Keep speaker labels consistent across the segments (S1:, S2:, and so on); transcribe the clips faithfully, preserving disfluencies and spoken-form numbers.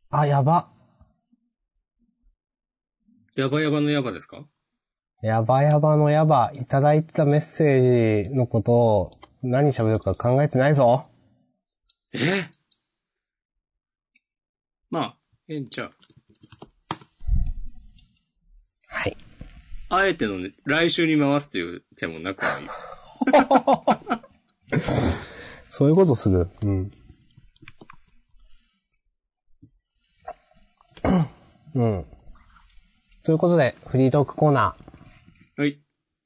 S1: あ、やば。
S2: やばやばのやばですか？
S1: やばやばのやば、いただいてたメッセージのことを何喋るか考えてないぞ。
S2: えまあ、ええんちゃう。
S1: はい。
S2: あえてのね、来週に回すという手もなくないよ。
S1: そういうことする。うん。うん。ということで、フリートークコーナ
S2: はい。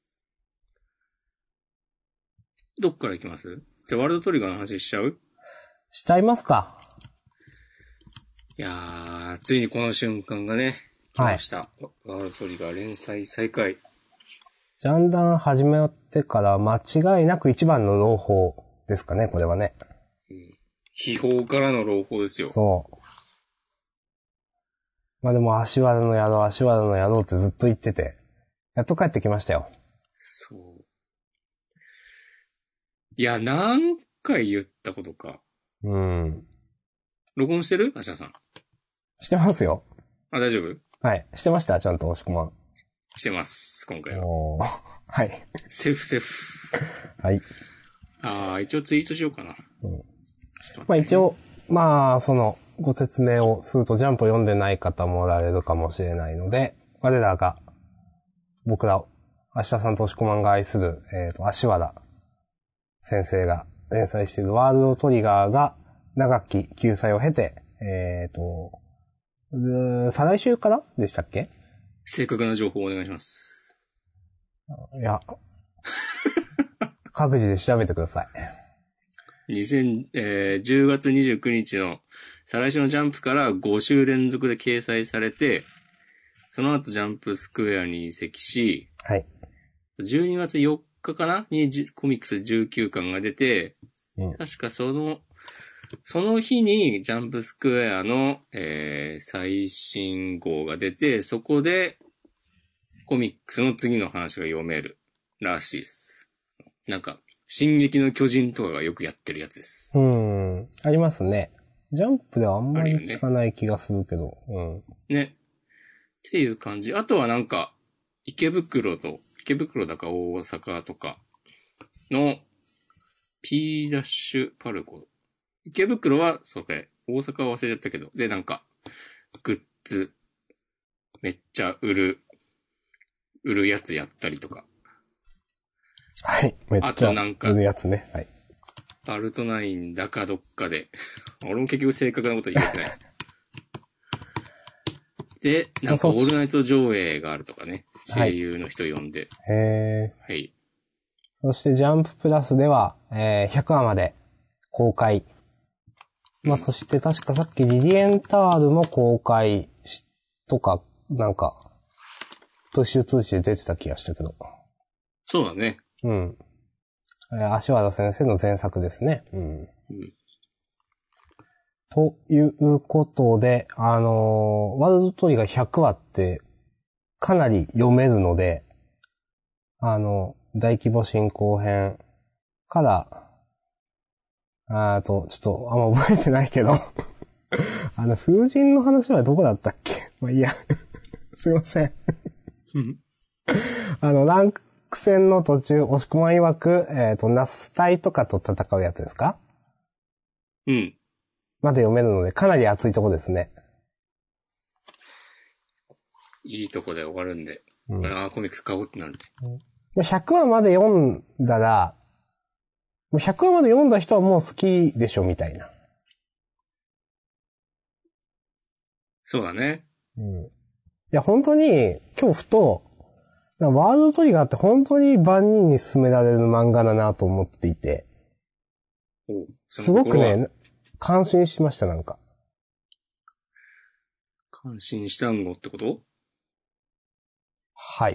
S2: どっから行きます？じゃあワールドトリガーの話しちゃう？
S1: ー、しちゃいますか。
S2: いやー、ついにこの瞬間がね、来ました。はい、ワールドトリガー連載再開。
S1: ジャンダン始めてから間違いなく一番の朗報ですかね、これはね。
S2: うん。秘宝からの朗報ですよ。
S1: そう。まあでも足技の宿、足技の宿ってずっと言ってて、やっと帰ってきましたよ。
S2: そう。いや、何回言ったことか。
S1: うん。
S2: 録音してる？アシャさん。
S1: してますよ。
S2: あ、大丈夫？
S1: はい。してましたちゃんと押し込まん。
S2: してます、今回は。
S1: おーはい。
S2: セーフセーフ。
S1: はい。
S2: ああ、一応ツイートしようかな。うん、
S1: まあ一応、まあ、その、ご説明をするとジャンプを読んでない方もおられるかもしれないので、我らが、僕ら、明日さんと押し込まんが愛する、えっと、足和田先生が連載しているワールドトリガーが長き救済を経て、えっと、再来週からでしたっけ？
S2: 正確な情報をお願いします。
S1: いや、各自で調べてください。
S2: にせん、えー、じゅうがつにじゅうくにちの再来週のジャンプからご週連続で掲載されて、その後ジャンプスクエアに移籍し、
S1: はい。
S2: じゅうにがつよっかかなにコミックスじゅうきゅうかんが出て、うん、確かその、その日にジャンプスクエアの、えー、最新号が出て、そこでコミックスの次の話が読めるらしいです。なんか、進撃の巨人とかがよくやってるやつです。
S1: うん。ありますね。ジャンプではあんまり聞かない気がするけど。ね、うん。
S2: ね。っていう感じ。あとはなんか、池袋と、池袋だか大阪とかの P ダッシュパルコ。池袋はそれ、大阪は忘れちゃったけど。で、なんか、グッズ、めっちゃ売る、売るやつやったりとか。
S1: はい。めっちゃ売るやつね。はい。
S2: バルトナインだかどっかで。俺も結局正確なこと言えてない。で、なんかオールナイト上映があるとかね。声優の人呼んで。
S1: はい、へー。
S2: はい。
S1: そしてジャンププラスでは、えー、ひゃくわまで公開。まあ、うん、そして確かさっきリリエンタールも公開し、とか、なんか、プッシュ通知で出てた気がしたけど。
S2: そうだね。
S1: うん。えー、足和田先生の前作ですね。うん。うん、ということで、あのー、ワールドトリガーひゃくわってかなり読めるので、あの、大規模進行編から、あと、ちょっとあんま覚えてないけど、あの、風神の話はどこだったっけ？まあいいや。すいません。あの、ランク戦の途中、押し込まん曰く、えっと、ナス隊とかと戦うやつですか？
S2: うん。
S1: まで読めるので、かなり熱いとこですね。
S2: いいとこで終わるんで。うん、ああ、コミックス買おうってなるね。
S1: うん、ひゃくわまで読んだら、ひゃくわまで読んだ人はもう好きでしょ、みたいな。
S2: そうだね。
S1: うん。いや、本当に、今日ふと、ワールドトリガーって本当に万人に勧められる漫画だなと思っていて。すごくね、感心しました、なんか。
S2: 感心したんごってこと？
S1: はい。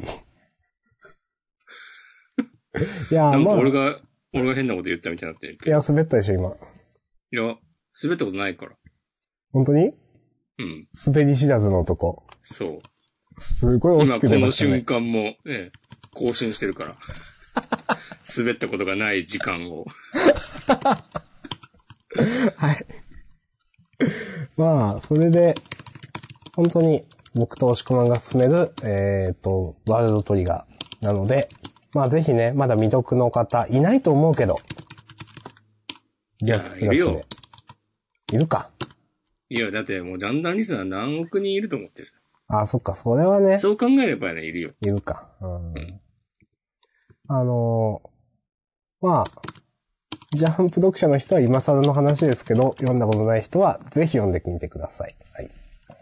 S1: いや、
S2: なんか俺が、まあ、俺が変なこと言ったみたいになってるけど。
S1: いや、滑ったでしょ、今。
S2: いや、滑ったことないから。
S1: 本当に？
S2: うん。
S1: 滑り知らずの男。
S2: そう。
S1: すごい大きく出ましたね。
S2: 今この瞬間も、ええ、更新してるから。滑ったことがない時間を。
S1: はい。 まあ、それで、本当に僕と押し込まんが進める、えっと、ワールドトリガーなので、まあぜひね、まだ未読の方、いないと思うけど。
S2: いや、いるよ。
S1: いるか。
S2: いや、だってもうジャンダンリスナー何億人いると思ってる。
S1: ああ、そっか、それはね。
S2: そう考えればね、いるよ。
S1: いるか。うん。
S2: うん、
S1: あのー、まあ、ジャンプ読者の人は今更の話ですけど、読んだことない人はぜひ読んでみてください。はい。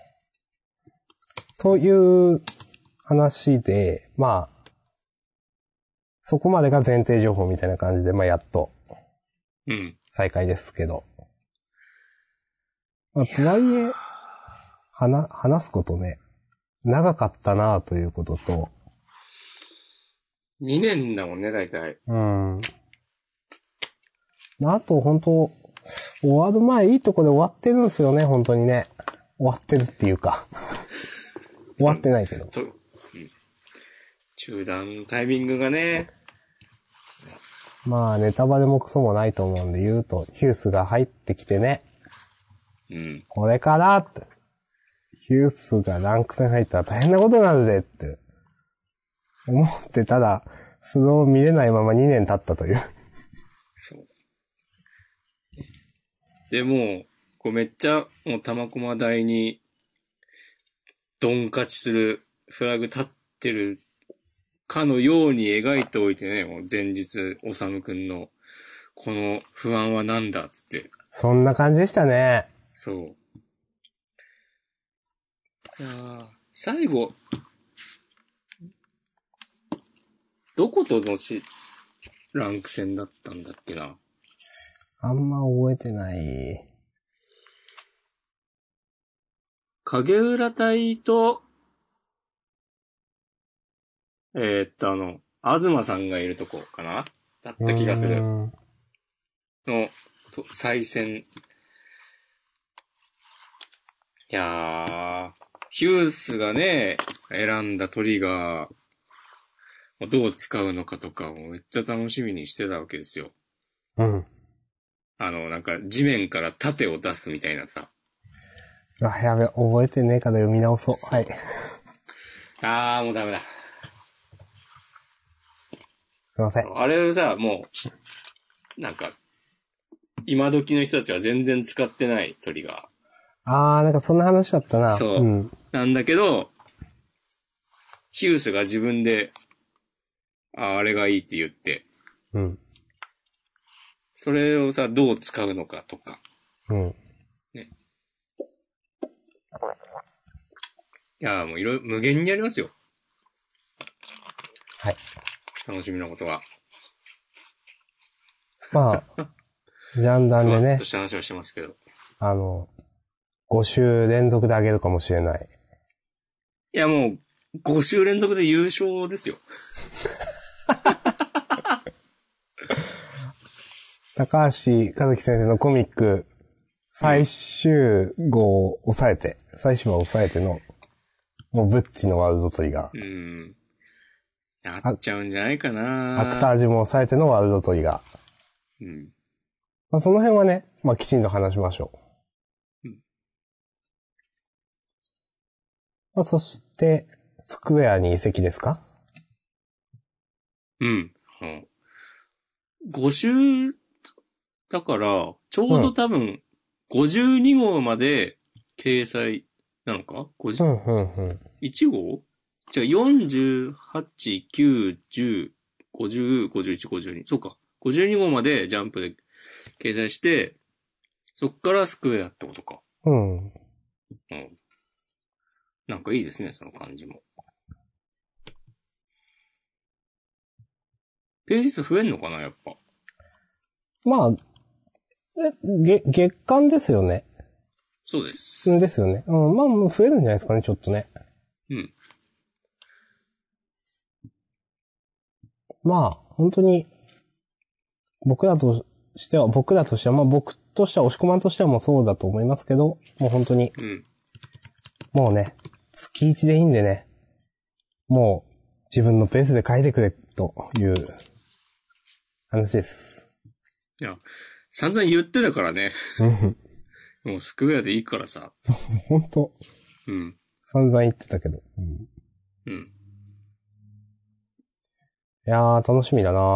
S1: という話で、まあ、そこまでが前提情報みたいな感じで、まあやっと、
S2: うん。
S1: 再開ですけど。まあ、とはいえ、話、話すことね、長かったなということと。
S2: にねんだもんね、大体。
S1: うん。あと、本当終わる前いいとこで終わってるんですよね、本当にね。終わってるっていうか。終わってないけど。
S2: と、うん。中断タイミングがね。
S1: まあ、ネタバレもクソもないと思うんで言うと、ヒュースが入ってきてね。
S2: うん。
S1: これからって。ヒュースがランク戦入ったら大変なことになるでって。思ってたら、それを見れないままにねん経ったという。
S2: そう。で、もう、こうめっちゃ、もう玉駒台に、ドン勝ちするフラグ立ってるかのように描いておいてね、もう前日、おさむくんの、この不安はなんだっつって。
S1: そんな感じでしたね。
S2: そう。いやー、最後、どことのし、ランク戦だったんだっけな。
S1: あんま覚えてない。
S2: 影浦隊と、えー、っとあの、東さんがいるとこかなだった気がする。の、と再戦。いやー、ヒュースがね、選んだトリガーをどう使うのかとかをめっちゃ楽しみにしてたわけですよ。
S1: うん。
S2: あの、なんか地面から盾を出すみたいなさ。
S1: あ、やべ、覚えてねえから読み直そう。
S2: そう
S1: はい。
S2: あー、もうダメだ。
S1: すいません。
S2: あれさ、もう、なんか、今時の人たちは全然使ってないトリガー。
S1: あー、なんかそんな話だったな。
S2: そう。うん、なんだけど、ヒュースが自分で、あ、あれがいいって言って。
S1: うん。
S2: それをさ、どう使うのかとか。
S1: うん。
S2: ね。いや、もういろいろ無限にありますよ。
S1: はい。
S2: 楽しみなことは。
S1: まあ、ジャンダンでね。
S2: ふわっとした話をしてますけど。
S1: あの、ご週連続であげるかもしれない。
S2: いや、もう、ご週連続で優勝ですよ。
S1: 高橋和樹先生のコミック、最終号を抑えて、うん、最終話を抑えての、もうブッチのワールドトリガー。
S2: うん。やっちゃうんじゃないかな。
S1: アクタージュも抑えてのワールドトリガ
S2: ー。うん。
S1: まあ、その辺はね、まあきちんと話しましょう。うん。まあそして、スクエアに移籍ですか？
S2: うん。うん。ご週だから、ちょうど多分、ごじゅうに号まで掲載なのか？ ごじゅう、
S1: うんうんうん。
S2: いち号？じゃあよんじゅうはち、きゅう、じゅう、ごじゅう、ごじゅういち、ごじゅうに。そうか。ごじゅうに号までジャンプで掲載して、そっからスクエアってことか。
S1: うん。うん。
S2: なんかいいですね、その感じも。ページ数増えんのかな、やっぱ。
S1: まあ、え、げ、月間ですよね。
S2: そうです。
S1: ですよね。うん、まあ、増えるんじゃないですかね、ちょっとね。
S2: うん。
S1: まあ、本当に、僕らとしては、僕らとしては、まあ僕としては、押し込まんとしてはもうそうだと思いますけど、もう本当に、
S2: うん、
S1: もうね、月一でいいんでね、もう自分のペースで書いてくれ、という話です。
S2: いや、散々言ってたからね。 もうスクエアでいいからさ。
S1: そう、ほんと。
S2: うん。
S1: 散々言ってたけど。うん。
S2: うん。
S1: いやー、楽しみだな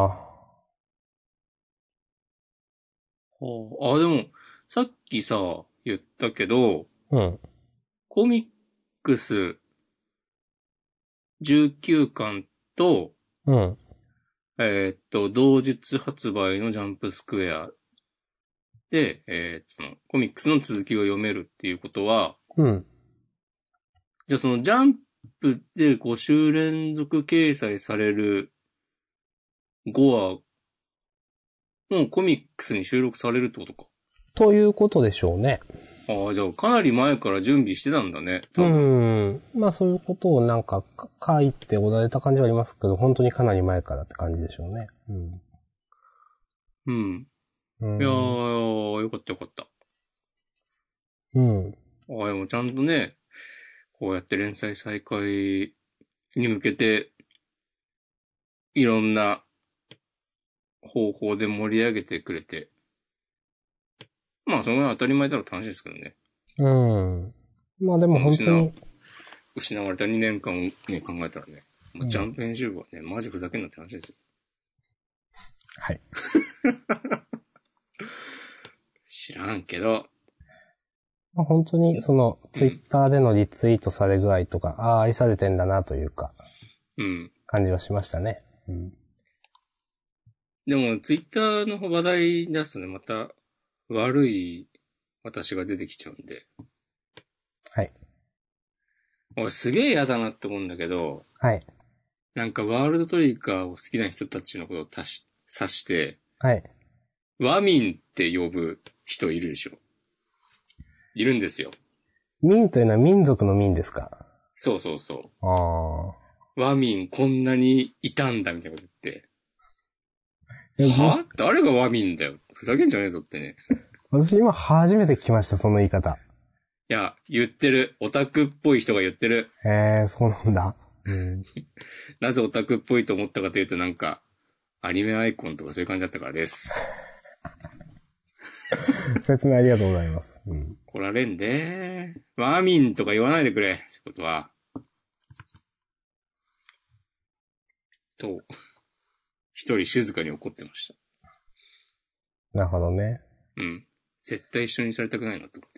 S2: はあ、あ、でも、さっきさ、言ったけど、
S1: うん。
S2: コミックスじゅうきゅうかんと、
S1: うん。
S2: えーっと、同日発売のジャンプスクエアで、えー、その、コミックスの続きを読めるっていうことは、
S1: うん。
S2: じゃあそのジャンプでご週連続掲載されるごわ、もうコミックスに収録されるってことか。
S1: ということでしょうね。
S2: ああ、じゃあかなり前から準備してたんだね、多分。
S1: うん。まあそういうことをなんか書いておられた感じはありますけど、本当にかなり前からって感じでしょうね。うん。
S2: うん。
S1: うん、
S2: いやー、よかったよかった。
S1: うん。
S2: ああ、でもちゃんとね、こうやって連載再開に向けて、いろんな方法で盛り上げてくれて。まあ、そのぐらい当たり前だろ楽しいですけどね。
S1: うん。まあでも本当に。
S2: 失われたにねんかんをね、考えたらね、もうジャンプ編集部はね、うん、マジふざけんなって話ですよ。
S1: はい。
S2: 知らんけど。
S1: まあ本当にその、ツイッターでのリツイートされ具合とか、うん、ああ、愛されてんだなというか、
S2: うん。
S1: 感じはしましたね。うん。
S2: でも、ツイッターの話題出すとね、また、悪い私が出てきちゃうんで。
S1: はい。
S2: 俺すげえ嫌だなって思うんだけど、
S1: はい。
S2: なんかワールドトリガーを好きな人たちのことを指し、指して、
S1: はい。
S2: ワミンって呼ぶ人いるでしょ。いるんですよ。
S1: 民というのは民族の民ですか？
S2: そうそうそう。
S1: ああ。
S2: ワミンこんなにいたんだみたいなこと言って。は？誰がワミンだよ。ふざけんじゃねえぞってね。
S1: 私今初めて聞きました、その言い方。
S2: いや、言ってる。オタクっぽい人が言ってる。
S1: へえ、そうなんだ。うん、
S2: なぜオタクっぽいと思ったかというとなんか、アニメアイコンとかそういう感じだったからです。
S1: 説明ありがとうございます。うん、
S2: 来られんでー。ワーミンとか言わないでくれ。ってことは。と、一人静かに怒ってました。
S1: なるほどね。
S2: うん。絶対一緒にされたくないなと思って。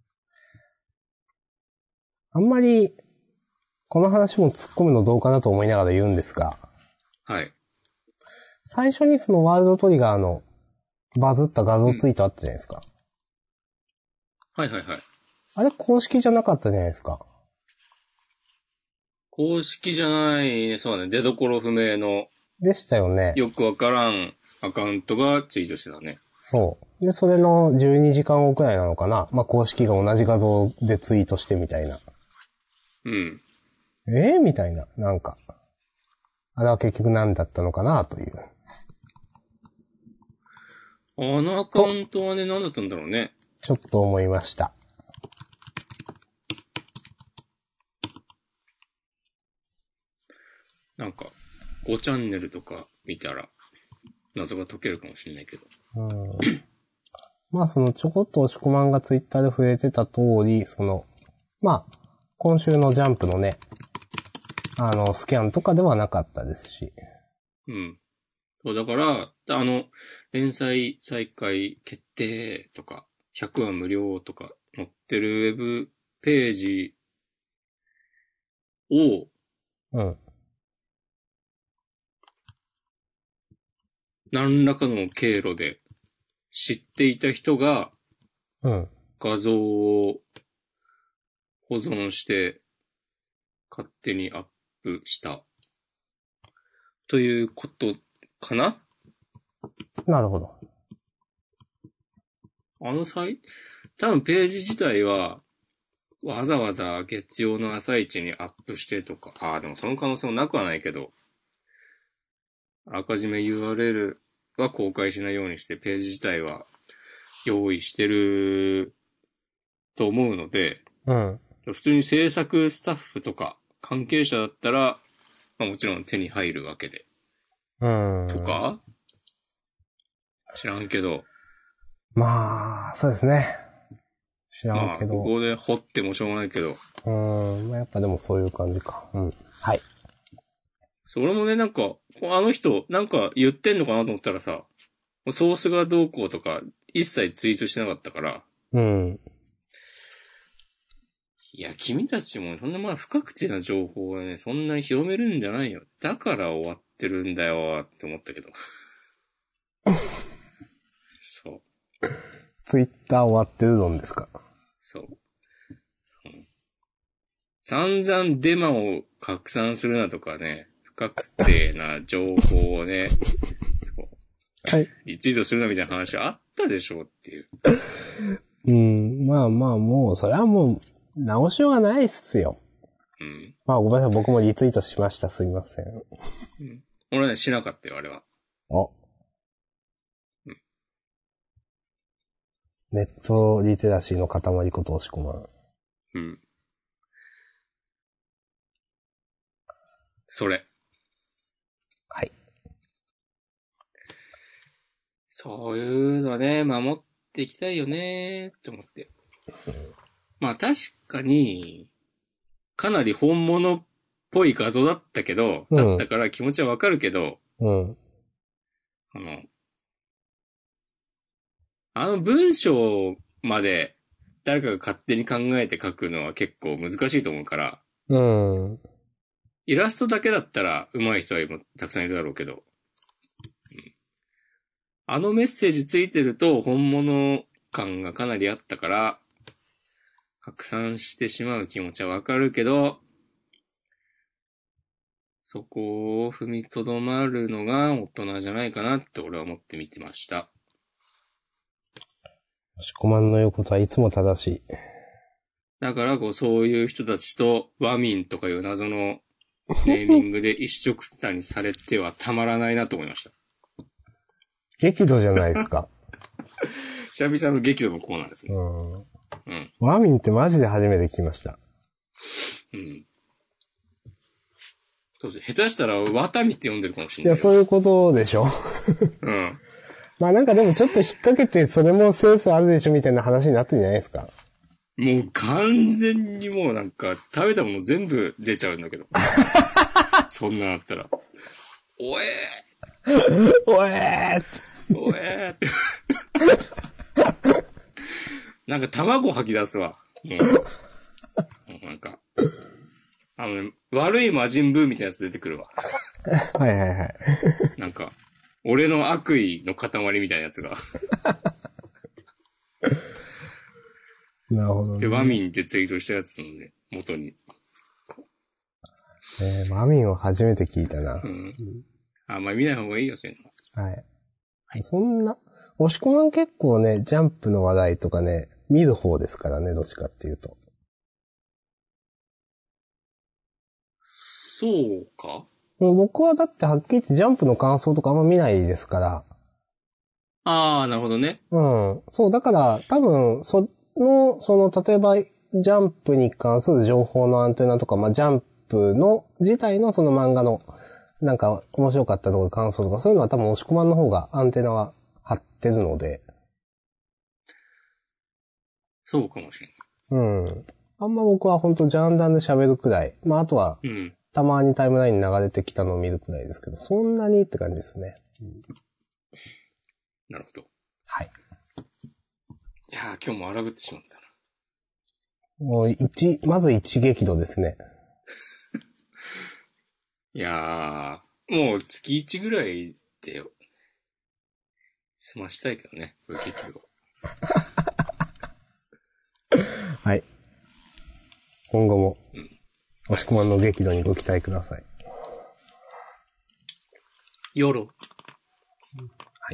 S1: あんまり、この話も突っ込むのどうかなと思いながら言うんですが。
S2: はい。
S1: 最初にそのワールドトリガーのバズった画像ツイートあったじゃないですか。
S2: うん、はいはいはい。
S1: あれ公式じゃなかったじゃないですか。
S2: 公式じゃない、そうね、出所不明の。
S1: でしたよね。
S2: よくわからんアカウントがツイートしてたね。
S1: そう。で、それのじゅうにじかんごくらいなのかな。まあ、公式が同じ画像でツイートしてみたいな。
S2: うん。
S1: えー、みたいな。なんか。あれは結局何だったのかなという。
S2: あのアカウントはね、何だったんだろうね。
S1: ちょっと思いました。
S2: なんか、ごチャンネルとか見たら、謎が解けるかもしれないけど。
S1: うん。まあそのちょこっと押し込まんがツイッターで触れてた通り、その、まあ、今週のジャンプのね、あの、スキャンとかではなかったですし。
S2: うん。そう、だから、あの、連載再開決定とか、ひゃくわ無料とか載ってるウェブページを、
S1: うん。
S2: 何らかの経路で知っていた人が、
S1: うん。
S2: 画像を保存して勝手にアップしたということかな？
S1: なるほど。
S2: あのサイト、多分ページ自体はわざわざ月曜の朝一にアップしてとか、ああ、でもその可能性もなくはないけど、あらかじめ ユーアールエル は公開しないようにしてページ自体は用意してると思うので、
S1: うん。
S2: 普通に制作スタッフとか関係者だったら、まあもちろん手に入るわけで。
S1: うん。
S2: とか知らんけど。
S1: まあ、そうですね。 知らんけど。
S2: まあ、ここで掘ってもしょうがないけど。
S1: うーん。まあ、やっぱでもそういう感じか。うん。はい。
S2: それもね、なんか、あの人、なんか言ってんのかなと思ったらさ、ソースがどうこうとか、一切ツイートしてなかったから。
S1: うん。
S2: いや、君たちもそんなまあ不確定な情報をね、そんなに広めるんじゃないよ。だから終わってるんだよって思ったけど。そう。
S1: ツイッター終わってるのんですか？
S2: そう。うん、散々デマを拡散するなとかね、不確定な情報をね、
S1: はい。
S2: リツイートするなみたいな話あったでしょうっていう。
S1: うん。まあまあ、もう、それはもう、直しようがないっすよ。
S2: うん。
S1: まあ、ごめんなさい。僕もリツイートしました。すいません。
S2: うん、俺はね、しなかったよ、あれは。
S1: お。
S2: うん。
S1: ネットリテラシーの塊こと押し込まん。
S2: うん。それ。
S1: はい。
S2: そういうのね、守っていきたいよねって思って。まあ確かに、かなり本物っぽい画像だったけど、
S1: うん、
S2: だったから気持ちはわかるけど、
S1: うん。
S2: あの、あの文章まで誰かが勝手に考えて書くのは結構難しいと思うから、
S1: うん。
S2: イラストだけだったら上手い人は今たくさんいるだろうけど、うん、あのメッセージついてると本物感がかなりあったから、拡散してしまう気持ちはわかるけど、そこを踏みとどまるのが大人じゃないかなって俺は思って見てました。
S1: 押し込まんの言うことはいつも正しい。
S2: だからこうそういう人たちとワミンとかいう謎のネーミングで一緒くったにされてはたまらないなと思いました。
S1: 激怒じゃないですか。
S2: 久々の激怒のコーナーですね。うん。うん。
S1: ワミンってマジで初めて聞きました。
S2: うん。そうです。下手したらワタミって呼んでるかもしれない。
S1: いや、そういうことでしょ。
S2: うん。
S1: まあなんかでもちょっと引っ掛けてそれもセンスあるでしょみたいな話になってるんじゃないですか。
S2: もう完全にもうなんか食べたもの全部出ちゃうんだけど。そんなあったら。おえ
S1: ーおえー
S2: おえーって。なんか卵吐き出すわ。もう。なんか。あのね、悪い魔人ブーみたいなやつ出てくるわ。
S1: はいはいはい。
S2: なんか、俺の悪意の塊みたいなやつが。
S1: なるほど、ね。
S2: で、ワミンってツイートしたやつのね、元に。
S1: えー、ワミンを初めて聞いたな。
S2: うん。あんまり見ない方がいいよ、そういう
S1: の。はい。
S2: はい。
S1: そんな、押し込まん結構ね、ジャンプの話題とかね、見る方ですからね、どっちかっていうと。
S2: そうか？
S1: 僕はだってはっきり言ってジャンプの感想とかあんま見ないですから。
S2: ああ、なるほどね。
S1: うん。そう、だから多分、その、その、例えば、ジャンプに関する情報のアンテナとか、まあ、ジャンプの、自体のその漫画の、なんか面白かったとか感想とか、そういうのは多分押し込まんの方がアンテナは張ってるので。
S2: そうかもしれない。
S1: うん。あんま僕は本当ジャンダンで喋るくらい。まあ、あとは、うん。たまにタイムラインに流れてきたのを見るくらいですけど、そんなにって感じですね。うん、
S2: なるほど。
S1: はい。
S2: いやー、今日も荒ぶってしまったな。
S1: もう一、まず一激怒ですね。
S2: いやー、もう月一ぐらいで、済ましたいけどね、これ激怒。
S1: はい。今後も、うん、押し込まんの激怒にご期待ください。
S2: 夜。
S1: はい。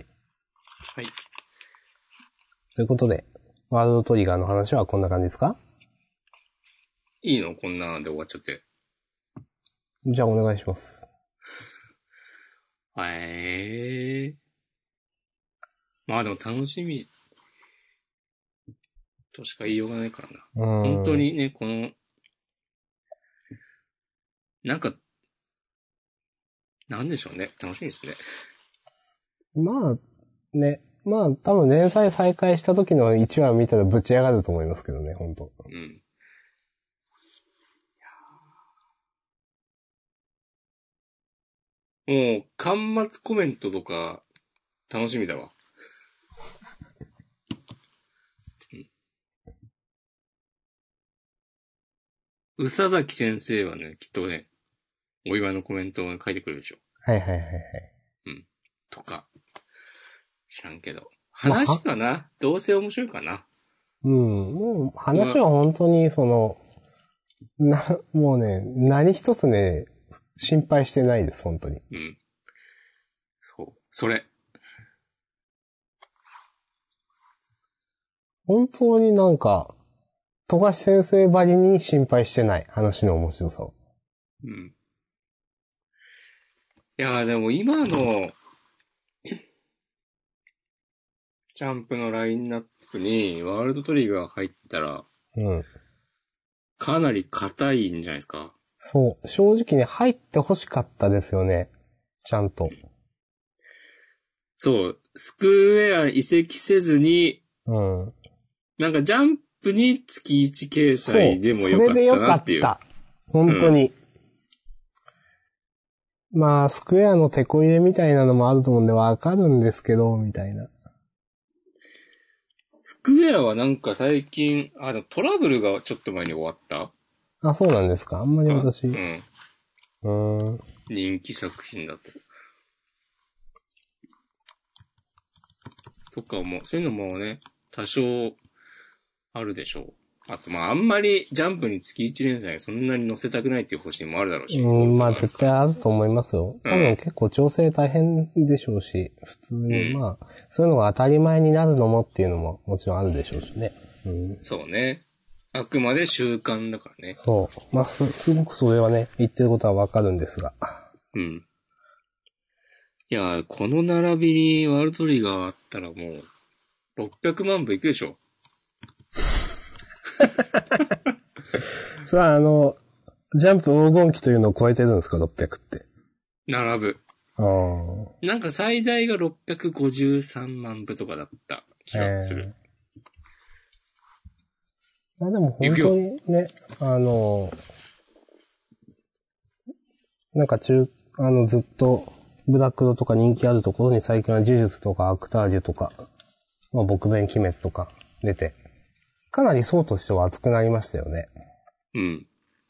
S2: はい。
S1: ということで、ワールドトリガーの話はこんな感じですか？
S2: いいの？こんなで終わっちゃって。
S1: じゃあお願いします。
S2: ええー。まあでも楽しみとしか言いようがないからな。本当にね、この、なんか、なんでしょうね。楽しみですね。
S1: まあ、ね。 まあ、多分連載再開した時のいちわ見たらぶち上がると思いますけどね、本当
S2: うん。もう、端末コメントとか、楽しみだわ。宇佐崎先生はね、きっとね、お祝いのコメントを書いてくれるでしょ。
S1: はいはいはいはい。
S2: うん。とか。知らんけど。話かな、まあ、どうせ面白いかな。
S1: うん。もう話は本当にその、な、もうね、何一つね、心配してないです、本当に。
S2: うん。そう。それ。
S1: 本当になんか、富樫先生ばりに心配してない、話の面白さを。
S2: うん。いやーでも今の、ジャンプのラインナップにワールドトリガー入ったら、
S1: うん。
S2: かなり硬いんじゃないですか。
S1: そう。正直ね、入って欲しかったですよね。ちゃんと。
S2: そう。スクエア移籍せずに、
S1: うん。
S2: なんかジャンプに月いち掲載でもよかったなっていう。
S1: それでよかった。本当に。うん、まあ、スクエアのテこ入れみたいなのもあると思うんでわかるんですけど、みたいな。
S2: スクエアはなんか最近、あ、でもトラブルがちょっと前に終わった
S1: あ、そうなんですか。あんまり私。うん。
S2: うん。人気作品だと。とかも、そういうのもね、多少あるでしょう。あと、まあ、あんまりジャンプに月いち連載そんなに載せたくないっていう方針もあるだろうし。
S1: うん、まあ絶対あると思いますよ。多分結構調整大変でしょうし、普通に、うん、まあ、そういうのが当たり前になるのもっていうのももちろんあるでしょうしね。うん、
S2: そうね。あくまで習慣だからね。
S1: そう。まあす、すごくそれはね、言ってることはわかるんですが。
S2: うん。いや、この並びにワールドトリガーあったらもう、ろっぴゃくまん部いくでしょ。
S1: さあ、あの、ジャンプ黄金期というのを超えてるんですか、ろっぴゃくって。
S2: 並ぶ。
S1: ああ。
S2: なんか最大がろっぴゃくごじゅうさんまん部とかだった気がする。えー、
S1: まあでも本当にね、あの、なんか中、あのずっとブラックドとか人気あるところに最近は呪術とかアクタージュとか、まあ僕弁鬼滅とか出て、かなり層としては熱くなりましたよね。
S2: うん。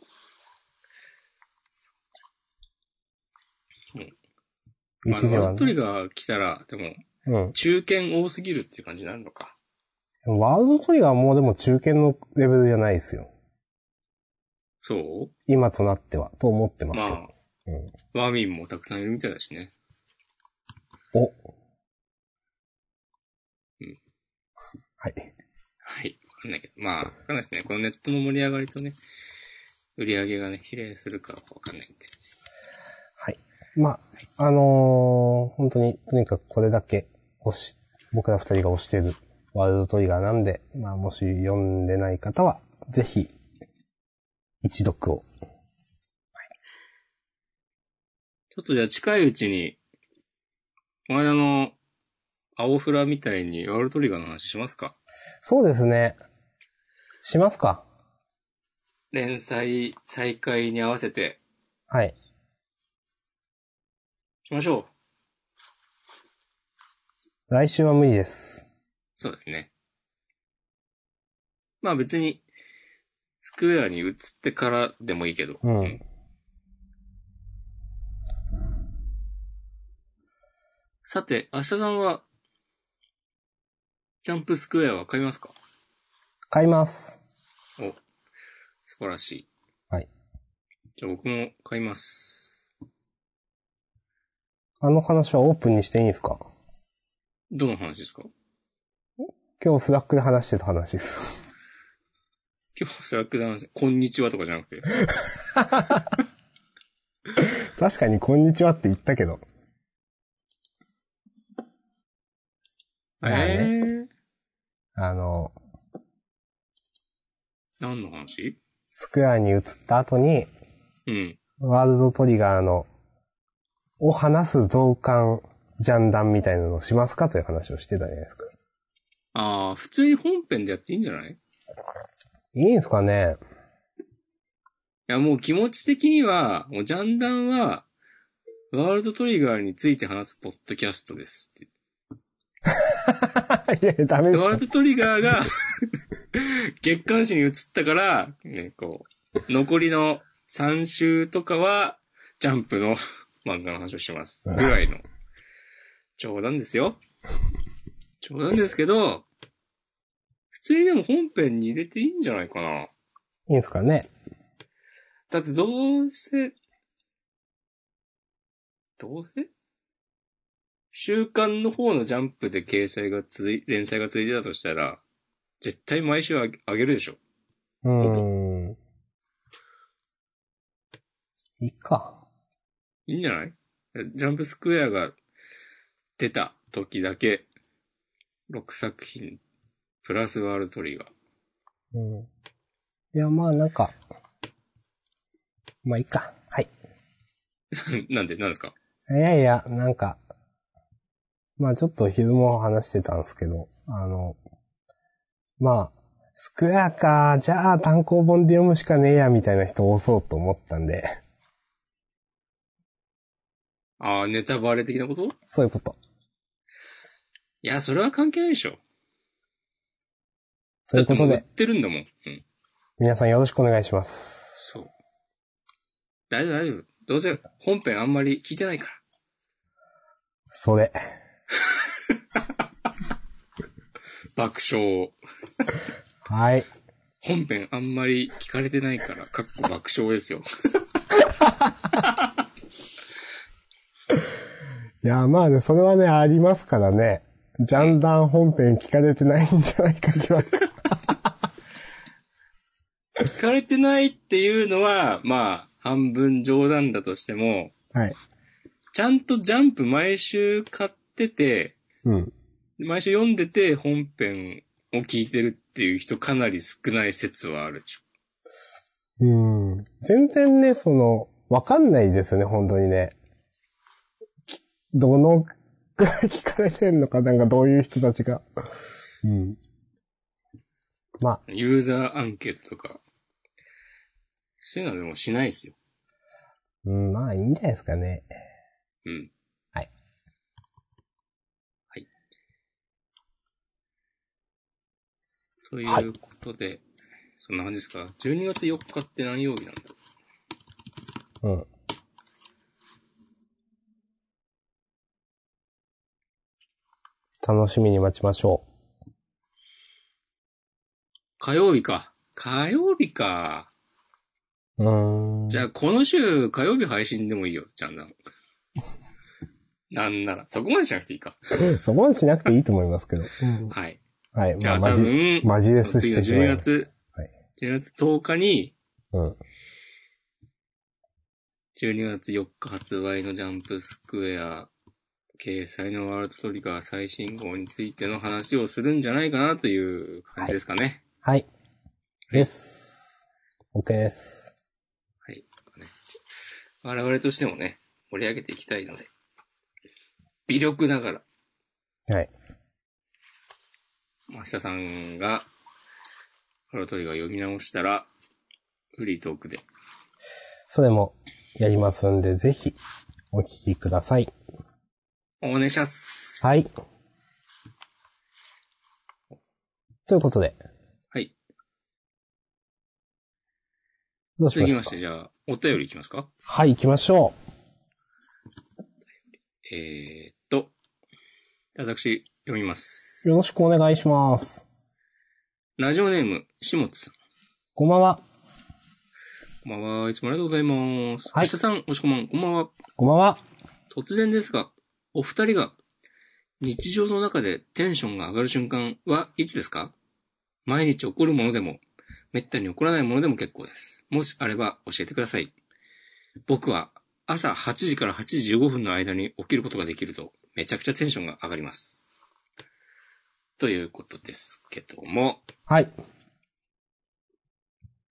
S2: うん。まあ、ワールドトリガー来たら、でも、うん、中堅多すぎるっていう感じになるのか。
S1: ワールドトリガーはもうでも中堅のレベルじゃないですよ。
S2: そう
S1: 今となっては、と思ってますけど。まあ、
S2: うん、ワーミンもたくさんいるみたいだしね。
S1: お。
S2: うん。
S1: はい。
S2: はい。わかんないけど。まあ、わかんないですね。このネットの盛り上がりとね、売り上げがね、比例するかわかんないんで。
S1: はい。まあ、はい、あのー、本当に、とにかくこれだけ押し、僕ら二人が押しているワールドトリガーなんで、まあ、もし読んでない方は、ぜひ、一読を。はい。
S2: ちょっとじゃあ近いうちに、この間の、青フラみたいにワールドトリガーの話しますか？
S1: そうですね。しますか？
S2: 連載再開に合わせて。
S1: はい。
S2: しましょ
S1: う。来週は無理です。
S2: そうですね。まあ別に、スクエアに移ってからでもいいけど。
S1: うん。うん、
S2: さて、明日さんは、ジャンプスクエアは買いますか？
S1: 買います。
S2: お、素晴らしい。
S1: はい。
S2: じゃあ僕も買います。
S1: あの話はオープンにしていいんですか？
S2: どの話ですか？
S1: 今日スラックで話してた話です。
S2: 今日スラックで話して、こんにちはとかじゃなくて。
S1: 確かにこんにちはって言ったけど。
S2: えー、
S1: あの、
S2: 何の話？
S1: スクエアに移った後に、
S2: うん。
S1: ワールドトリガーの、を話す増刊ジャンダンみたいなのをしますかという話をしてたじゃないですか。
S2: ああ、普通に本編でやっていいんじゃない？
S1: いいんすかね？
S2: いや、もう気持ち的には、もうジャンダンは、ワールドトリガーについて話すポッドキャストですって。
S1: いや、ダメでしょ。
S2: ワールドトリガーが、月刊誌に移ったから、ね、こう、残りのさん週とかは、ジャンプの漫画の話をします。ぐらいの。冗談ですよ。冗談ですけど、普通にでも本編に入れていいんじゃないかな。
S1: いいんすかね？
S2: だってどうせ、どうせ週刊の方のジャンプで掲載が続い、連載が続いてたとしたら、絶対毎週あげ、あげるでしょ。
S1: うーん。いいか。
S2: いいんじゃない？ジャンプスクエアが出た時だけ、ろくさく品、プラスワールドトリガー。
S1: うん。いや、まあなんか、まあいいか。はい。
S2: なんで、なんですか？
S1: いやいや、なんか、まあちょっと昼も話してたんですけど、あの、まあ、スクエアか、じゃあ単行本で読むしかねえや、みたいな人多そうと思ったんで。
S2: ああ、ネタバレ的なこと？
S1: そういうこと。
S2: いや、それは関係ないでしょ。
S1: ということで。
S2: 売ってるんだもん。うん。
S1: 皆さんよろしくお願いします。
S2: そう。大丈夫、大丈夫。どうせ本編あんまり聞いてないから。
S1: それ。
S2: 爆笑。
S1: はい。
S2: 本編あんまり聞かれてないから、かっこ爆笑ですよ。
S1: いや、まあね、それはね、ありますからね。ジャンダン本編聞かれてないんじゃないか疑惑。
S2: 聞かれてないっていうのは、まあ、半分冗談だとしても、
S1: はい。
S2: ちゃんとジャンプ毎週買ってて、
S1: うん。
S2: 毎週読んでて本編を聞いてるっていう人かなり少ない説はあるでしょ。
S1: うん。全然ね、その、わかんないですね、本当にね。どのくらい聞かれてんのか、なんかどういう人たちが。うん。まあ。
S2: ユーザーアンケートとか、そういうのはでもしないですよ。
S1: うん、まあいいんじゃないですかね。
S2: うん。
S1: はい。
S2: はい。ということで、はい、そんな感じですか。じゅうにがつよっかって何曜日なんだ？
S1: うん。楽しみに待ちましょう。
S2: 火曜日か。火曜日か。
S1: うーん。
S2: じゃあ、この週火曜日配信でもいいよ、ちゃんなの。なんなら、そこまでしなくていいか。
S1: そこまでしなくていいと思いますけど。うん、
S2: はい。
S1: はい。
S2: じゃあ、
S1: まあ、
S2: 多分、
S1: マジレスしてしまいます。
S2: 次のじゅうにがつ、はい、じゅうにがつとおかに、
S1: うん。
S2: じゅうにがつよっか発売のジャンプスクエア掲載のワールドトリガー最新号についての話をするんじゃないかなという感じですかね。
S1: はい。はい、です。OK です。
S2: はい。我々としてもね、盛り上げていきたいので、微力ながら。
S1: はい。
S2: 明日さんが、ワールドトリガー読み直したら、フリートークで。
S1: それもやりますんで、ぜひ、お聞きください。
S2: お願いします。
S1: はい。ということで。
S2: はい。
S1: どうしますか？
S2: 続きまして、じゃあ、お便りいきますか？
S1: はい、行きましょ
S2: う。えーっと、私、読みます。
S1: よろしくお願いします。
S2: ラジオネーム、しもつさん。
S1: こんばんは。
S2: こんばんは。いつもありがとうございます。はい。明日さん、おしこまん、こんばんは。
S1: こんばんは。
S2: 突然ですが、お二人が日常の中でテンションが上がる瞬間はいつですか？毎日起こるものでも、めったに起こらないものでも結構です。もしあれば教えてください。僕は朝はちじからはちじじゅうごふんの間に起きることができると、めちゃくちゃテンションが上がります。ということですけども。
S1: はい。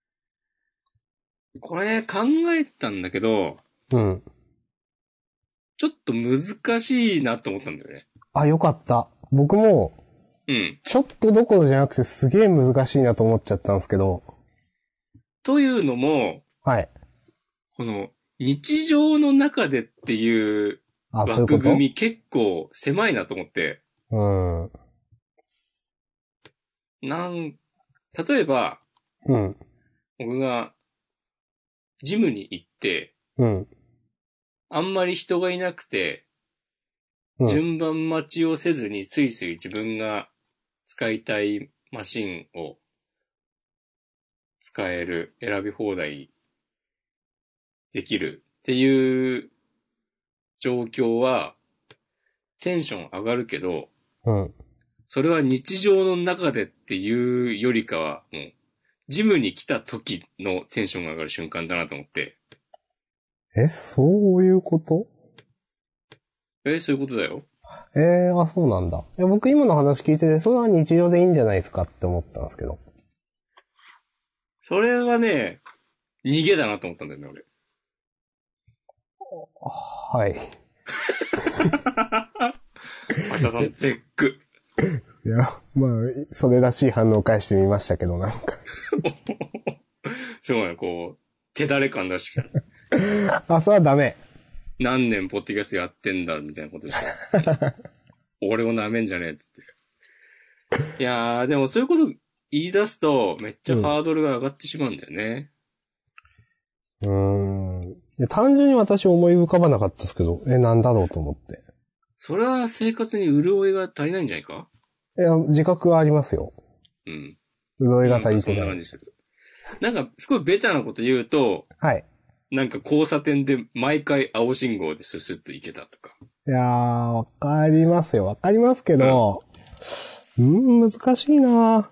S2: これ考えたんだけど、
S1: うん。
S2: ちょっと難しいなと思ったんだよね。
S1: あ、よかった。僕も、
S2: うん。
S1: ちょっとどころじゃなくてすげえ難しいなと思っちゃったんですけど。
S2: というのも、
S1: はい。
S2: この、日常の中でっていう
S1: あ、そういうこと？
S2: 枠組み結構狭いなと思って。
S1: うん。
S2: なん、例えば、
S1: うん。
S2: 僕が、ジムに行って、
S1: うん。
S2: あんまり人がいなくて、
S1: うん、
S2: 順番待ちをせずにスイスイ自分が使いたいマシンを使える、選び放題できるっていう状況はテンション上がるけど、
S1: うん。
S2: それは日常の中でっていうよりかは、もう、ジムに来た時のテンションが上がる瞬間だなと思って。
S1: え、そういうこと？
S2: え、そういうことだよ。
S1: えー、あ、そうなんだ。いや、僕今の話聞いてて、それは日常でいいんじゃないですかって思ったんですけど。
S2: それはね、逃げだなと思ったんだよね、俺。
S1: はい。
S2: 明日さん、絶句。
S1: いや、まあ、それらしい反応を返してみましたけど、なんか。
S2: すごいね、こう、手だれ感出してき
S1: た。あ、それはダメ。
S2: 何年ポッドキャストやってんだ、みたいなことでした。俺を舐めんじゃねえ、っつって。いやー、でもそういうこと言い出すと、めっちゃハードルが上がってしまうんだよね。
S1: うん。うーん。単純に私思い浮かばなかったですけど、え、なんだろうと思って。
S2: それは生活に潤いが足りないんじゃないか？
S1: いや、自覚はありますよ。
S2: うん。
S1: 潤いが足りてない。
S2: そんな感じする。なんか、すごいベタなこと言うと、
S1: はい。
S2: なんか交差点で毎回青信号でススッと行けたとか。
S1: いやー、わかりますよ。わかりますけど、うん、ん難しいな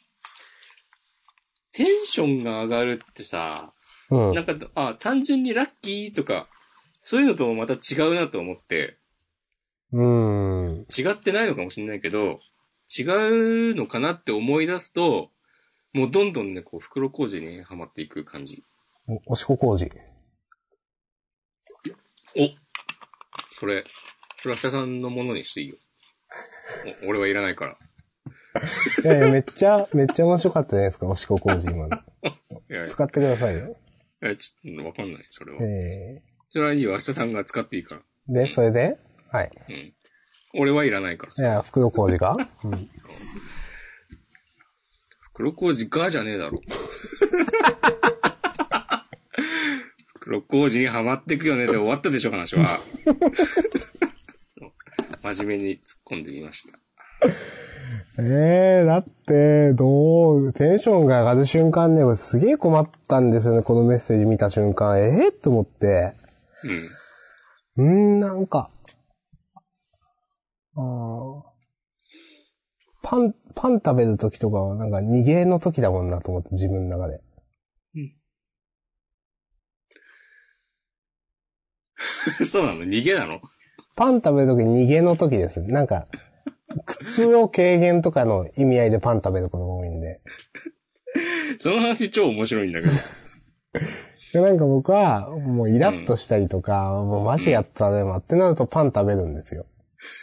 S2: テンションが上がるってさ、うん、なんか、あ、単純にラッキーとか、そういうのともまた違うなと思って、
S1: うん。
S2: 違ってないのかもしれないけど、違うのかなって思い出すと、もうどんどんね、こう、袋小路にはまっていく感じ。
S1: お、おしこ小路。
S2: おそれ、それは下さんのものにしていいよ。俺はいらないから。
S1: いやいや、めっちゃ、めっちゃ面白かったじゃないですか、おしこ工事今の。いやいや使ってくださいよ。
S2: え、ちょっとわかんない、それは。
S1: え
S2: ー、それはいいよ、明日さんが使っていいから。
S1: で、うん、それではい。
S2: うん。俺はいらないから
S1: さ。いや、袋工事がうん。
S2: 袋工事がじゃねえだろ。袋工事にはまってくよねで終わったでしょ、話は。真面目に突っ込んでみました。
S1: ええー、だって、どう、テンションが上がる瞬間ね、すげえ困ったんですよね、このメッセージ見た瞬間。ええー、と思って。うん。うーん、なんか、あパン、パン食べるときとかはなんか逃げのときだもんなと思って、自分の中で。うん。
S2: そうなの？逃げなの？
S1: パン食べるとき逃げのときです。なんか、苦痛を軽減とかの意味合いでパン食べることが多いんで。
S2: その話超面白いんだけど。
S1: でなんか僕は、もうイラッとしたりとか、うん、もうマジやったらでもってなるとパン食べるんですよ。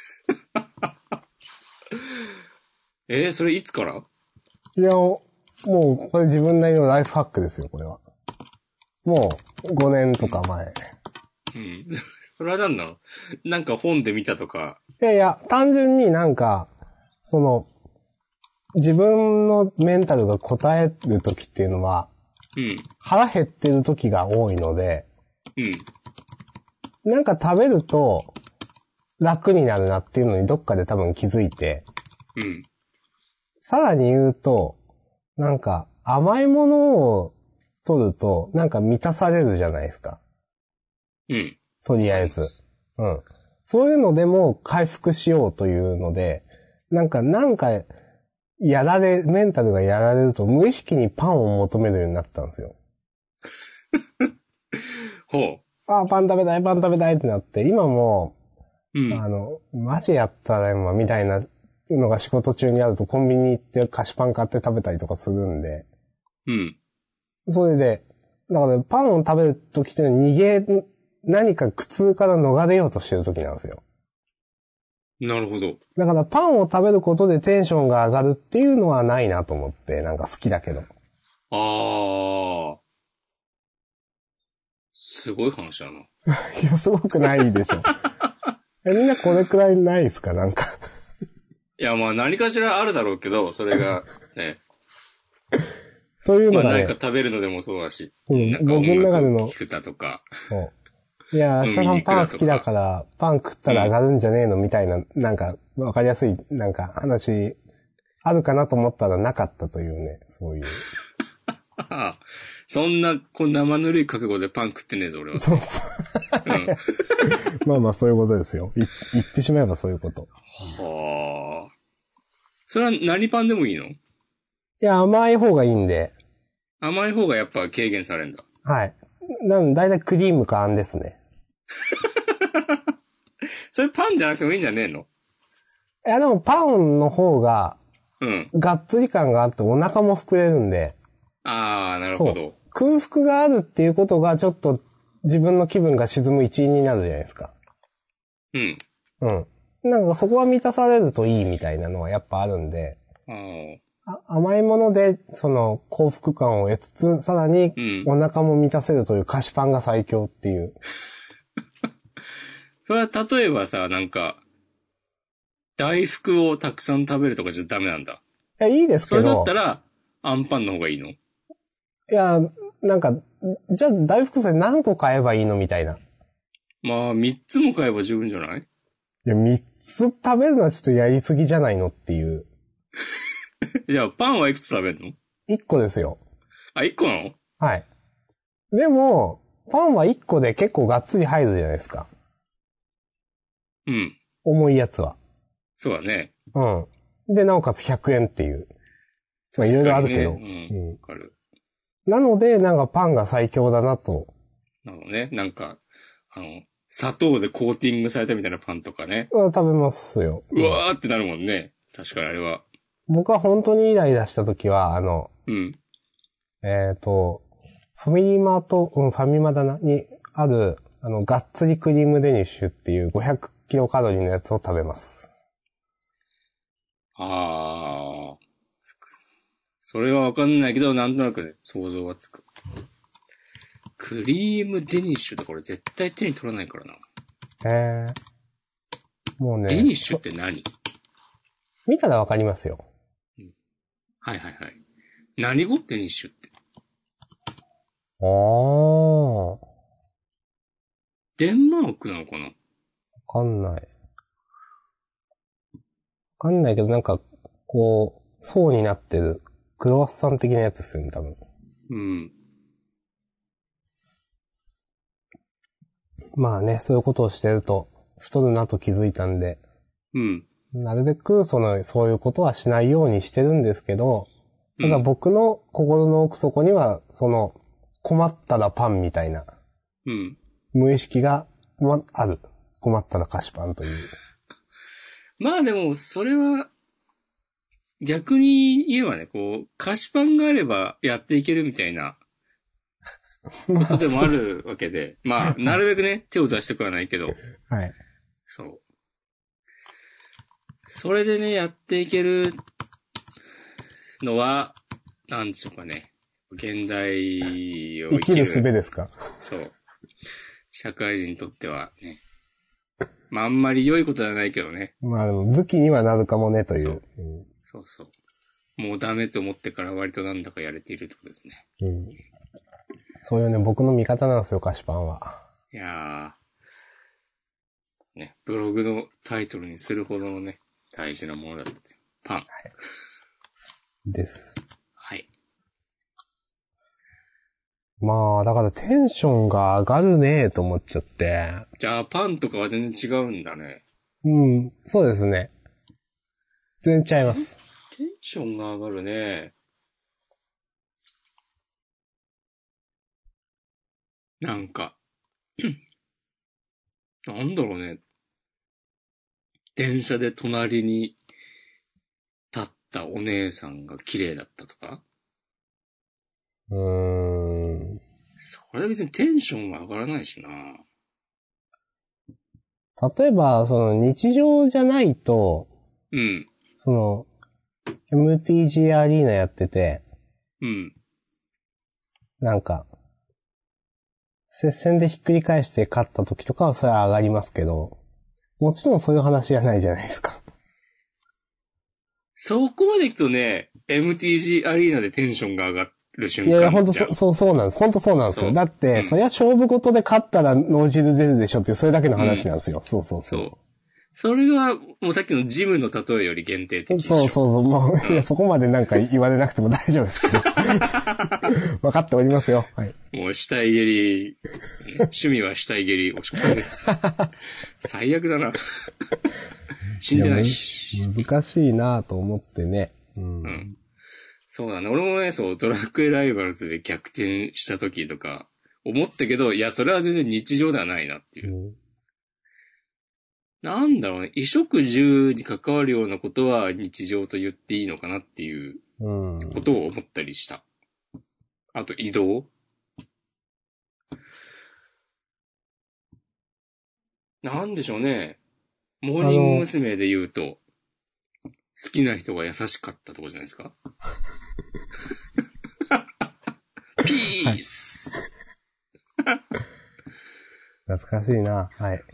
S2: えー、それいつから？
S1: いや、もう、これ自分なりのライフハックですよ、これは。もう、ごねんとか前。
S2: うん。うん、それは何なの？なんか本で見たとか。
S1: いやいや、単純になんか、その、自分のメンタルが応える時っていうのは、うん、腹減ってる時が多いので、うん、なんか食べると楽になるなっていうのにどっかで多分気づいて、うん、さらに言うと、なんか甘いものを取るとなんか満たされるじゃないですか。うん。とりあえず。うん。そういうのでも回復しようというので、なんか、なんか、やられ、メンタルがやられると無意識にパンを求めるようになったんですよ。ほう。ああ、パン食べたい、パン食べたいってなって、今も、うん、あの、マジやったら今みたいなのが仕事中にあるとコンビニ行って菓子パン買って食べたりとかするんで。うん。それで、だからパンを食べるときって逃げ何か苦痛から逃れようとしてる時なんですよ。
S2: なるほど。
S1: だからパンを食べることでテンションが上がるっていうのはないなと思って、なんか好きだけど。
S2: ああ。すごい話だな。
S1: いや、すごくないでしょ。え、みんなこれくらいないですかなんか。
S2: いや、まあ何かしらあるだろうけど、それが、ね。
S1: というのがね。
S2: まあ何か食べるのでもそうだし、
S1: うん、
S2: なんか音
S1: 僕の中での。
S2: 楽聴くだとか。
S1: そう。いや、明日さんパン好きだから、パン食ったら上がるんじゃねえのみたいな、なんか、わかりやすい、なんか話、あるかなと思ったらなかったというね、そういう。
S2: そんな、こんな生ぬるい覚悟でパン食ってねえぞ、俺は。
S1: そうそう。うん、まあまあ、そういうことですよ。い言ってしまえばそういうこと。
S2: はあ。それは何パンでもいいの？い
S1: や、甘い方がいいんで。
S2: 甘い方がやっぱ軽減されんだ。
S1: はい。なんだいたいクリームかあんですね。
S2: それパンじゃなくてもいいんじゃねえの？い
S1: や、でもパンの方が、うん。がっつり感があってお腹も膨れるんで。
S2: ああ、なるほど。
S1: 空腹があるっていうことがちょっと自分の気分が沈む一因になるじゃないですか。
S2: うん。
S1: うん。なんかそこは満たされるといいみたいなのはやっぱあるんで。あ甘いものでその幸福感を得つつ、さらにお腹も満たせるという菓子パンが最強っていう。うん、
S2: それは例えばさ、なんか、大福をたくさん食べるとかじゃダメなんだ。
S1: いや、いいですけど。
S2: それだったら、アンパンの方がいいの？い
S1: や、なんか、じゃあ大福それ何個買えばいいのみたいな。
S2: まあ、三つも買えば十分じゃない？
S1: いや、三つ食べるのはちょっとやりすぎじゃないのっていう。
S2: じゃあ、パンはいくつ食べるの？
S1: 一個ですよ。
S2: あ、一個なの？
S1: はい。でも、パンは一個で結構がっつり入るじゃないですか。
S2: うん。
S1: 重いやつは。
S2: そうだね。
S1: うん。で、なおかつひゃくえんっていう。まあ、いろいろあるけど。うん。
S2: うん。わかる。
S1: なので、なんかパンが最強だなと。
S2: なのね。なんか、あの、砂糖でコーティングされたみたいなパンとかね。
S1: うん、食べますよ。
S2: うわーってなるもんね。確かにあれは。
S1: 僕は本当にイライラした時は、あの、
S2: うん。
S1: えっと、ファミリーマート、うん、ファミマだな、にある、あの、ガッツリクリームデニッシュっていうごひゃくキロカロリーのやつを食べます。
S2: あー。それはわかんないけど、なんとなくね、想像はつく。クリームデニッシュってこれ絶対手に取らないからな。
S1: へえ。もうね。
S2: デニッシュって何？
S1: 見たらわかりますよ。
S2: うん。はいはいはい。何語？デニッシュって。
S1: あー。
S2: デンマークなのかな？
S1: わかんない。わかんないけど、なんか、こう、層になってる、クロワッサン的なやつですよね、多分。
S2: うん。
S1: まあね、そういうことをしてると、太るなと気づいたんで。
S2: うん。
S1: なるべく、その、そういうことはしないようにしてるんですけど、ただ僕の心の奥底には、その、困ったらパンみたいな。
S2: うん。
S1: 無意識が、ま、ある。困ったら菓子パンという。
S2: まあでも、それは、逆に言えばね、こう、菓子パンがあればやっていけるみたいな、ことでもあるわけで。まあ、なるべくね、手を出してくはないけど。
S1: はい。
S2: そう。それでね、やっていけるのは、なんでしょうかね。現代を生きる。
S1: 生きる術ですか？
S2: そう。社会人にとってはね。まあ、あんまり良いことではないけどね。
S1: まあでも武器にはなるかもねという。
S2: そう。うん、そうそう。もうダメと思ってから割となんだかやれているってことですね。
S1: うん。そういうね、僕の味方なんですよ、菓子パンは。
S2: いやー。ね、ブログのタイトルにするほどのね、大事なものだった。パン。はい。
S1: です。
S2: はい。
S1: まあ、だからテンションが上がるねと思っちゃって。
S2: じゃあ、パンとかは全然違うんだね。
S1: うん、そうですね。全然違います。
S2: テンションが上がるね。なんか、なんだろうね。電車で隣に立ったお姉さんが綺麗だったとか？
S1: うーん。
S2: それは別にテンションが上がらないしな。
S1: 例えば、その日常じゃないと、
S2: うん。
S1: その、エムティージー アリーナやってて、
S2: うん。
S1: なんか、接戦でひっくり返して勝った時とかはそれは上がりますけど、もちろんそういう話じゃないじゃないですか。
S2: そこまで行くとね、エムティージー アリーナでテンションが上がる瞬間。
S1: いやいや、ほんとそ、そう、そうなんです。ほんとそうなんですよ。だって、うん、そりゃ勝負事で勝ったら脳汁出るでしょっていう、それだけの話なんですよ。うん、そうそうそう。そう。
S2: それは、もうさっきのジムの例えより限定的。
S1: そうそうそう。もう、うん、いや、そこまでなんか言われなくても大丈夫ですけど。分かっておりますよ。はい。
S2: もう死体蹴り、趣味は死体蹴り、おしっこです。最悪だな。死んでないし。
S1: い難しいなと思ってね。うん。うん、
S2: そうだね。俺もね、そう、ドラクエライバルズで逆転した時とか、思ったけど、いや、それは全然日常ではないなっていう。うん、なんだろうね。衣食住に関わるようなことは日常と言っていいのかなっていうことを思ったりした。うん、あと移動なんでしょうね。モーニング娘。で言うと、好きな人が優しかったとこじゃないですかピース、
S1: はい、懐かしいな。はい。うん、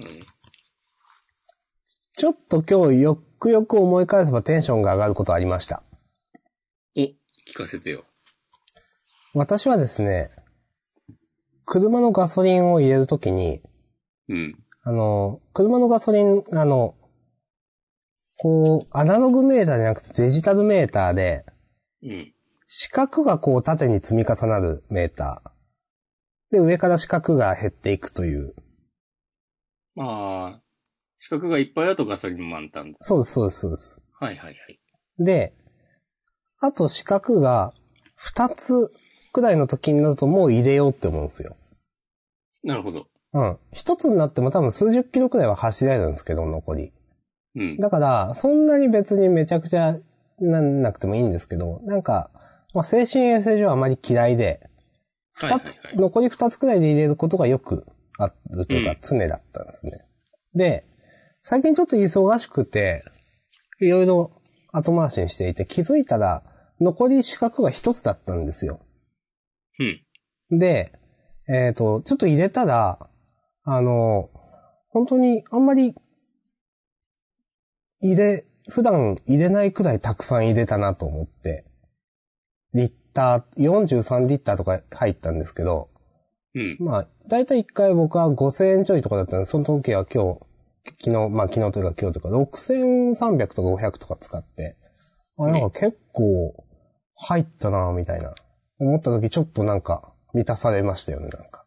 S1: ちょっと今日よくよく思い返せばテンションが上がることありました。
S2: お、聞かせてよ。
S1: 私はですね、車のガソリンを入れるときに、
S2: うん。
S1: あの、車のガソリン、あの、こう、アナログメーターじゃなくてデジタルメーターで、
S2: うん。
S1: 四角がこう縦に積み重なるメーター。で、上から四角が減っていくという。
S2: まあ、四角がいっぱいだとガソリン満タンだ。
S1: そうです、そうです、そうです。
S2: はいはいはい。
S1: で、あと四角が二つくらいの時になるともう入れようって思うんですよ。
S2: なるほど。
S1: うん。一つになっても多分数十キロくらいは走れるんですけど、残り。
S2: うん。
S1: だから、そんなに別にめちゃくちゃなんなくてもいいんですけど、なんか、まあ、精神衛生上あまり嫌いで、二つ、はいはいはい、残り二つくらいで入れることがよくあるというか、常だったんですね。うん、で、最近ちょっと忙しくて、いろいろ後回しにしていて、気づいたら、残り四角が一つだったんですよ。
S2: うん。
S1: で、えっと、ちょっと入れたら、あの、本当にあんまり、入れ、普段入れないくらいたくさん入れたなと思って、リッター、よんじゅうさんリッターとか入ったんですけど、
S2: うん。
S1: まあ、だいたいいっかい僕はごせんえんちょいとかだったんで、その時は今日、昨日、まあ昨日というか今日とかろくせんさんびゃくとかごひゃくとか使って、あ、なんか結構入ったなみたいな。思った時ちょっとなんか満たされましたよね、なんか。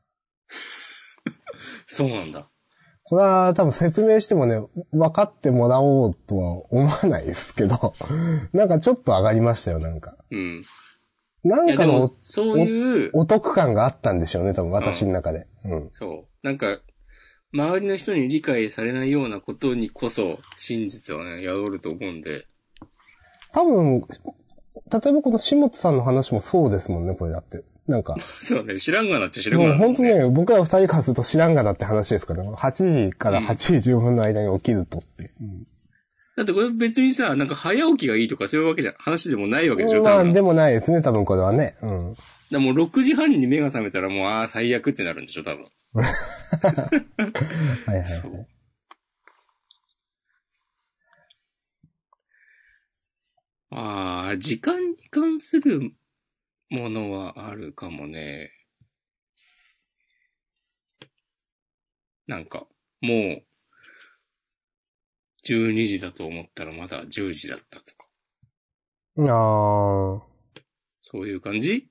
S2: そうなんだ。
S1: これは多分説明してもね、分かってもらおうとは思わないですけど、なんかちょっと上がりましたよ、なんか。
S2: うん。
S1: なんかの、
S2: そういう
S1: お、お得感があったんでしょうね、多分私の中で。うん。うん、
S2: そう。なんか、周りの人に理解されないようなことにこそ、真実はね、宿ると思うんで。
S1: 多分、例えばこの下津さんの話もそうですもんね、これだって。なんか。
S2: そうね、知らんがなって知らんがな、ね。
S1: もう本当ね、僕ら二人からすると知らんがなって話ですから、ね、はちじからはちじじゅうふんの間に起きるとって。うん、
S2: だってこれ別にさ、なんか早起きがいいとかそういうわけじゃ、話でもないわけでしょ、
S1: まあ、でもないですね、多分これはね。うん。
S2: だもうろくじはんに目が覚めたらもう、ああ、最悪ってなるんでしょ、多分。
S1: はいはい、はい。そう。
S2: ああ、時間に関するものはあるかもね。なんか、もう、じゅうにじだと思ったらまだじゅうじだったとか。
S1: ああ。
S2: そういう感じ？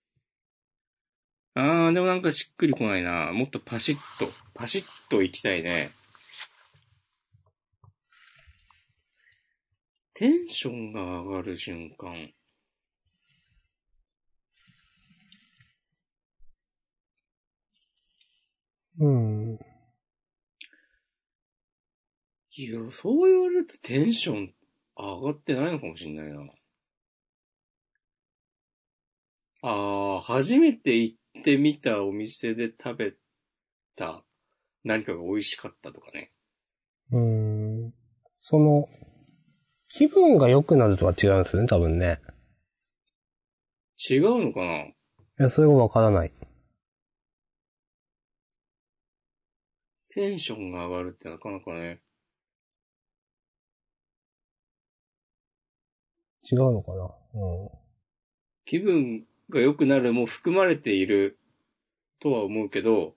S2: ああ、でもなんかしっくりこないな。もっとパシッと、パシッと行きたいね。テンションが上がる瞬間。
S1: うん。
S2: いや、そう言われるとテンション上がってないのかもしんないな。ああ、初めて行ってみたお店で食べた何かが美味しかったとかね。
S1: うーん。その、気分が良くなるとは違うんですよね、多分ね。
S2: 違うのかな？
S1: いや、それがわからない。
S2: テンションが上がるってなかなかね。
S1: 違うのかな。うん。
S2: 気分が良くなるも含まれているとは思うけど、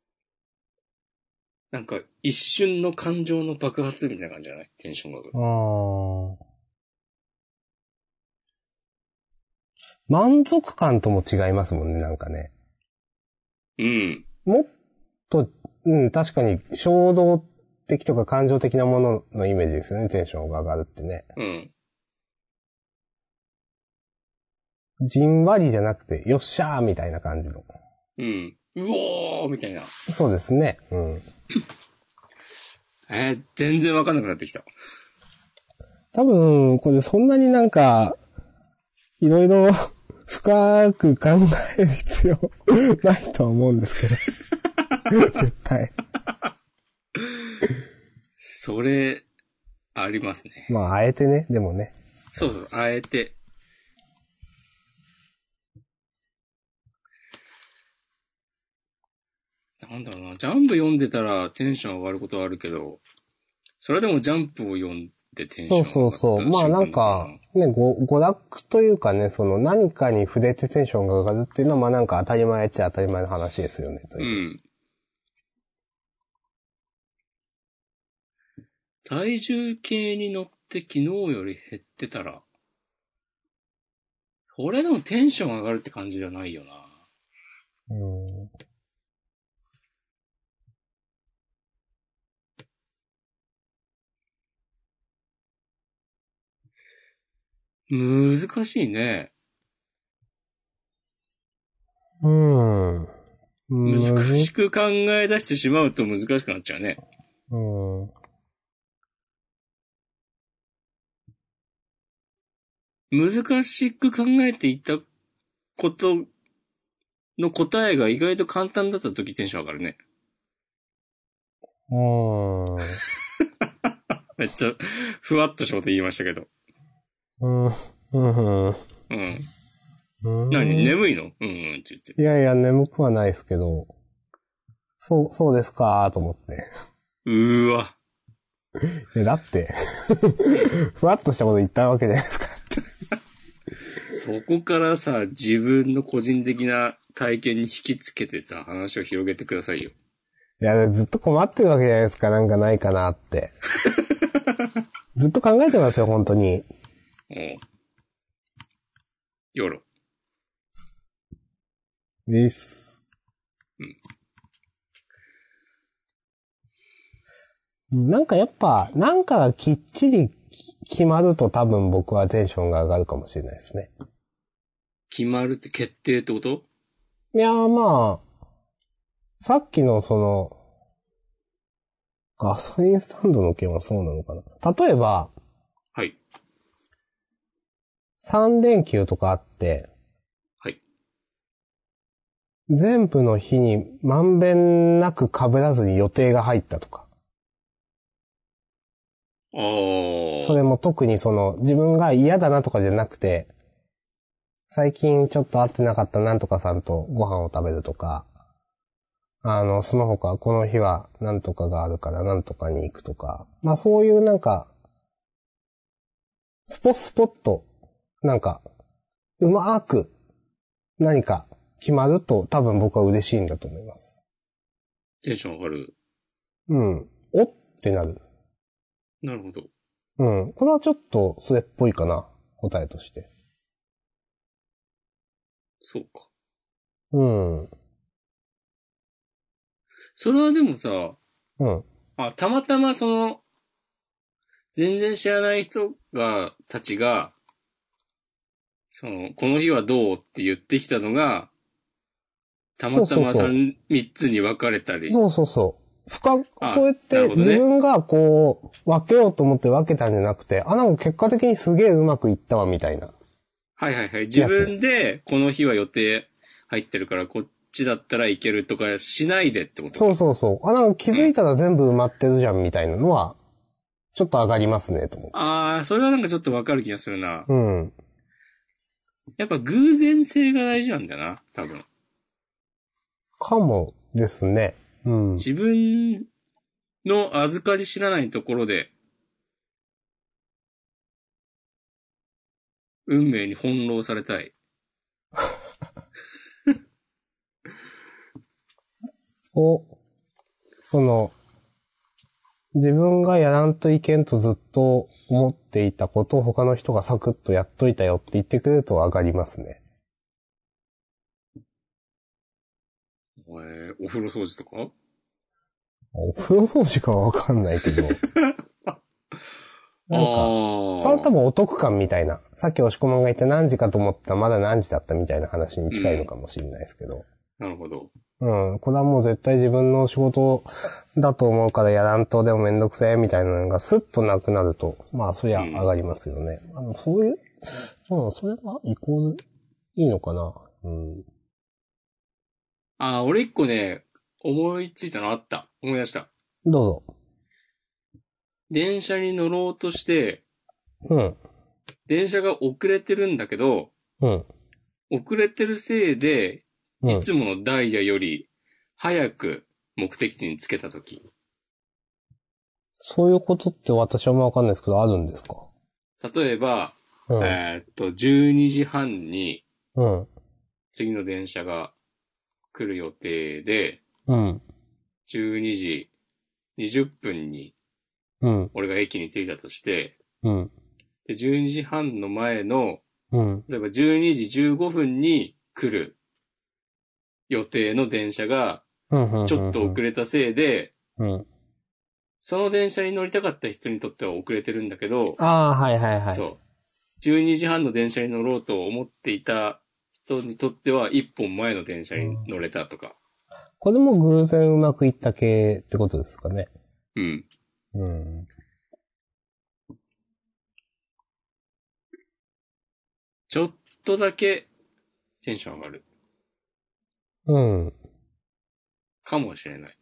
S2: なんか一瞬の感情の爆発みたいな感じじゃない？テンションが上がる。
S1: ああ。満足感とも違いますもんね、なんかね。
S2: うん。
S1: もっと、うん、確かに衝動的とか感情的なもののイメージですよね、テンションが上がるってね。
S2: うん。
S1: じんわりじゃなくて、よっしゃーみたいな感じの。
S2: うん。うおーみたいな。
S1: そうですね。うん。
S2: えー、全然わかんなくなってきた。
S1: 多分、これそんなになんか、いろいろ深く考える必要ないとは思うんですけど。絶対。
S2: それ、ありますね。
S1: まあ、あえてね、でもね。
S2: そうそう、あえて。なんだろうな、ジャンプ読んでたらテンション上がることはあるけど、それでもジャンプを読んでテンション上がった
S1: そうそうそう。まあなんか、ね、ご、娯楽というかね、その何かに触れてテンションが上がるっていうのはまあなんか当たり前っちゃ当たり前の話ですよね。
S2: うん。体重計に乗って昨日より減ってたら、これでもテンション上がるって感じじゃないよな。
S1: うん。
S2: 難しいね。
S1: うん。
S2: 難しく考え出してしまうと難しくなっちゃうね。
S1: うん。
S2: 難しく考えていたことの答えが意外と簡単だった時テンション上がるね。
S1: うん。
S2: めっちゃふわっとしたこと言いましたけど。
S1: うん。うん。
S2: うん。うん、何眠いのうんうんって言って。
S1: いやいや、眠くはないですけど。そう、そうですかーと思って。
S2: うーわ。
S1: え、だって、ふわっとしたこと言ったわけじゃないですか。
S2: そこからさ、自分の個人的な体験に引きつけてさ、話を広げてくださいよ。
S1: いや、ずっと困ってるわけじゃないですか。なんかないかなって。ずっと考えてますよ、本当に。
S2: おう。よろ。
S1: です。うん。なんかやっぱ、なんかがきっちり決まると多分僕はテンションが上がるかもしれないですね。
S2: 決まるって決定ってこと？
S1: いやーまあ、さっきのその、ガソリンスタンドの件はそうなのかな。例えば、
S2: はい。
S1: さん連休とかあって、
S2: はい。
S1: 全部の日にまんべんなく被らずに予定が入ったとか。
S2: ああ。
S1: それも特にその自分が嫌だなとかじゃなくて、最近ちょっと会ってなかったなんとかさんとご飯を食べるとか、あの、その他この日はなんとかがあるからなんとかに行くとか、まあそういうなんか、スポスポッと、なんか、うまーく何か決まると多分僕は嬉しいんだと思います。
S2: テンション上がる。
S1: うん。おってなる。
S2: なるほど。
S1: うん。これはちょっとそれっぽいかな。答えとして。
S2: そうか。
S1: うん。
S2: それはでもさ、
S1: うん。
S2: あ、たまたまその、全然知らない人が、たちが、その、この日はどうって言ってきたのが、たまたま三、三つに分かれたり。
S1: そうそうそう。深、そうやって
S2: ね、
S1: 自分がこう、分けようと思って分けたんじゃなくて、あ、なんか結果的にすげえうまくいったわ、みたいな。
S2: はいはいはい。自分で、この日は予定入ってるから、こっちだったらいけるとかしないでってこと？
S1: そうそうそう。あ、なんか気づいたら全部埋まってるじゃんみたいなのは、ちょっと上がりますね、と思う。
S2: ああ、それはなんかちょっとわかる気がするな。
S1: うん。
S2: やっぱ偶然性が大事なんだな、多分。
S1: かもですね。うん。
S2: 自分の預かり知らないところで、運命に翻弄されたい。
S1: お、その、自分がやらんといけんとずっと思っていたことを他の人がサクッとやっといたよって言ってくれると上がりますね。
S2: えー、お風呂掃除とか？
S1: お風呂掃除かはわかんないけど。なんか、それ多分お得感みたいな。さっき押し込まんが言った何時かと思ったらまだ何時だったみたいな話に近いのかもしれないですけど。
S2: うん、なるほど。
S1: うん。これはもう絶対自分の仕事だと思うからやらんとでもめんどくせえみたいなのがスッとなくなると、まあそりゃ上がりますよね。うん、あの、そういう、そう、それはイコールいいのかな。うん。
S2: ああ、俺一個ね、思いついたのあった。思い出した。
S1: どうぞ。
S2: 電車に乗ろうとして、
S1: うん。
S2: 電車が遅れてるんだけど、
S1: うん。
S2: 遅れてるせいで、いつものダイヤより早く目的地に着けたとき。
S1: そういうことって私はあんまわかんないですけど、あるんですか？
S2: 例えば、
S1: うん、
S2: えー、っと、じゅうにじはんに、
S1: うん。
S2: 次の電車が来る予定で、
S1: うん。
S2: じゅうにじにじゅっぷんに、
S1: うん。
S2: 俺が駅に着いたとして、
S1: うん。
S2: で、じゅうにじはんの前の、
S1: うん。
S2: 例えばじゅうにじじゅうごふんに来る予定の電車が、ちょっと遅れたせいで、
S1: うん。
S2: その電車に乗りたかった人にとっては遅れてるんだけど、
S1: ああ、はいはいはい。
S2: そう。じゅうにじはんの電車に乗ろうと思っていた人にとっては一本前の電車に乗れたとか。
S1: これも偶然うまくいった系ってことですかね。
S2: うん。
S1: うん。
S2: ちょっとだけテンション上がる。
S1: うん。
S2: かもしれない。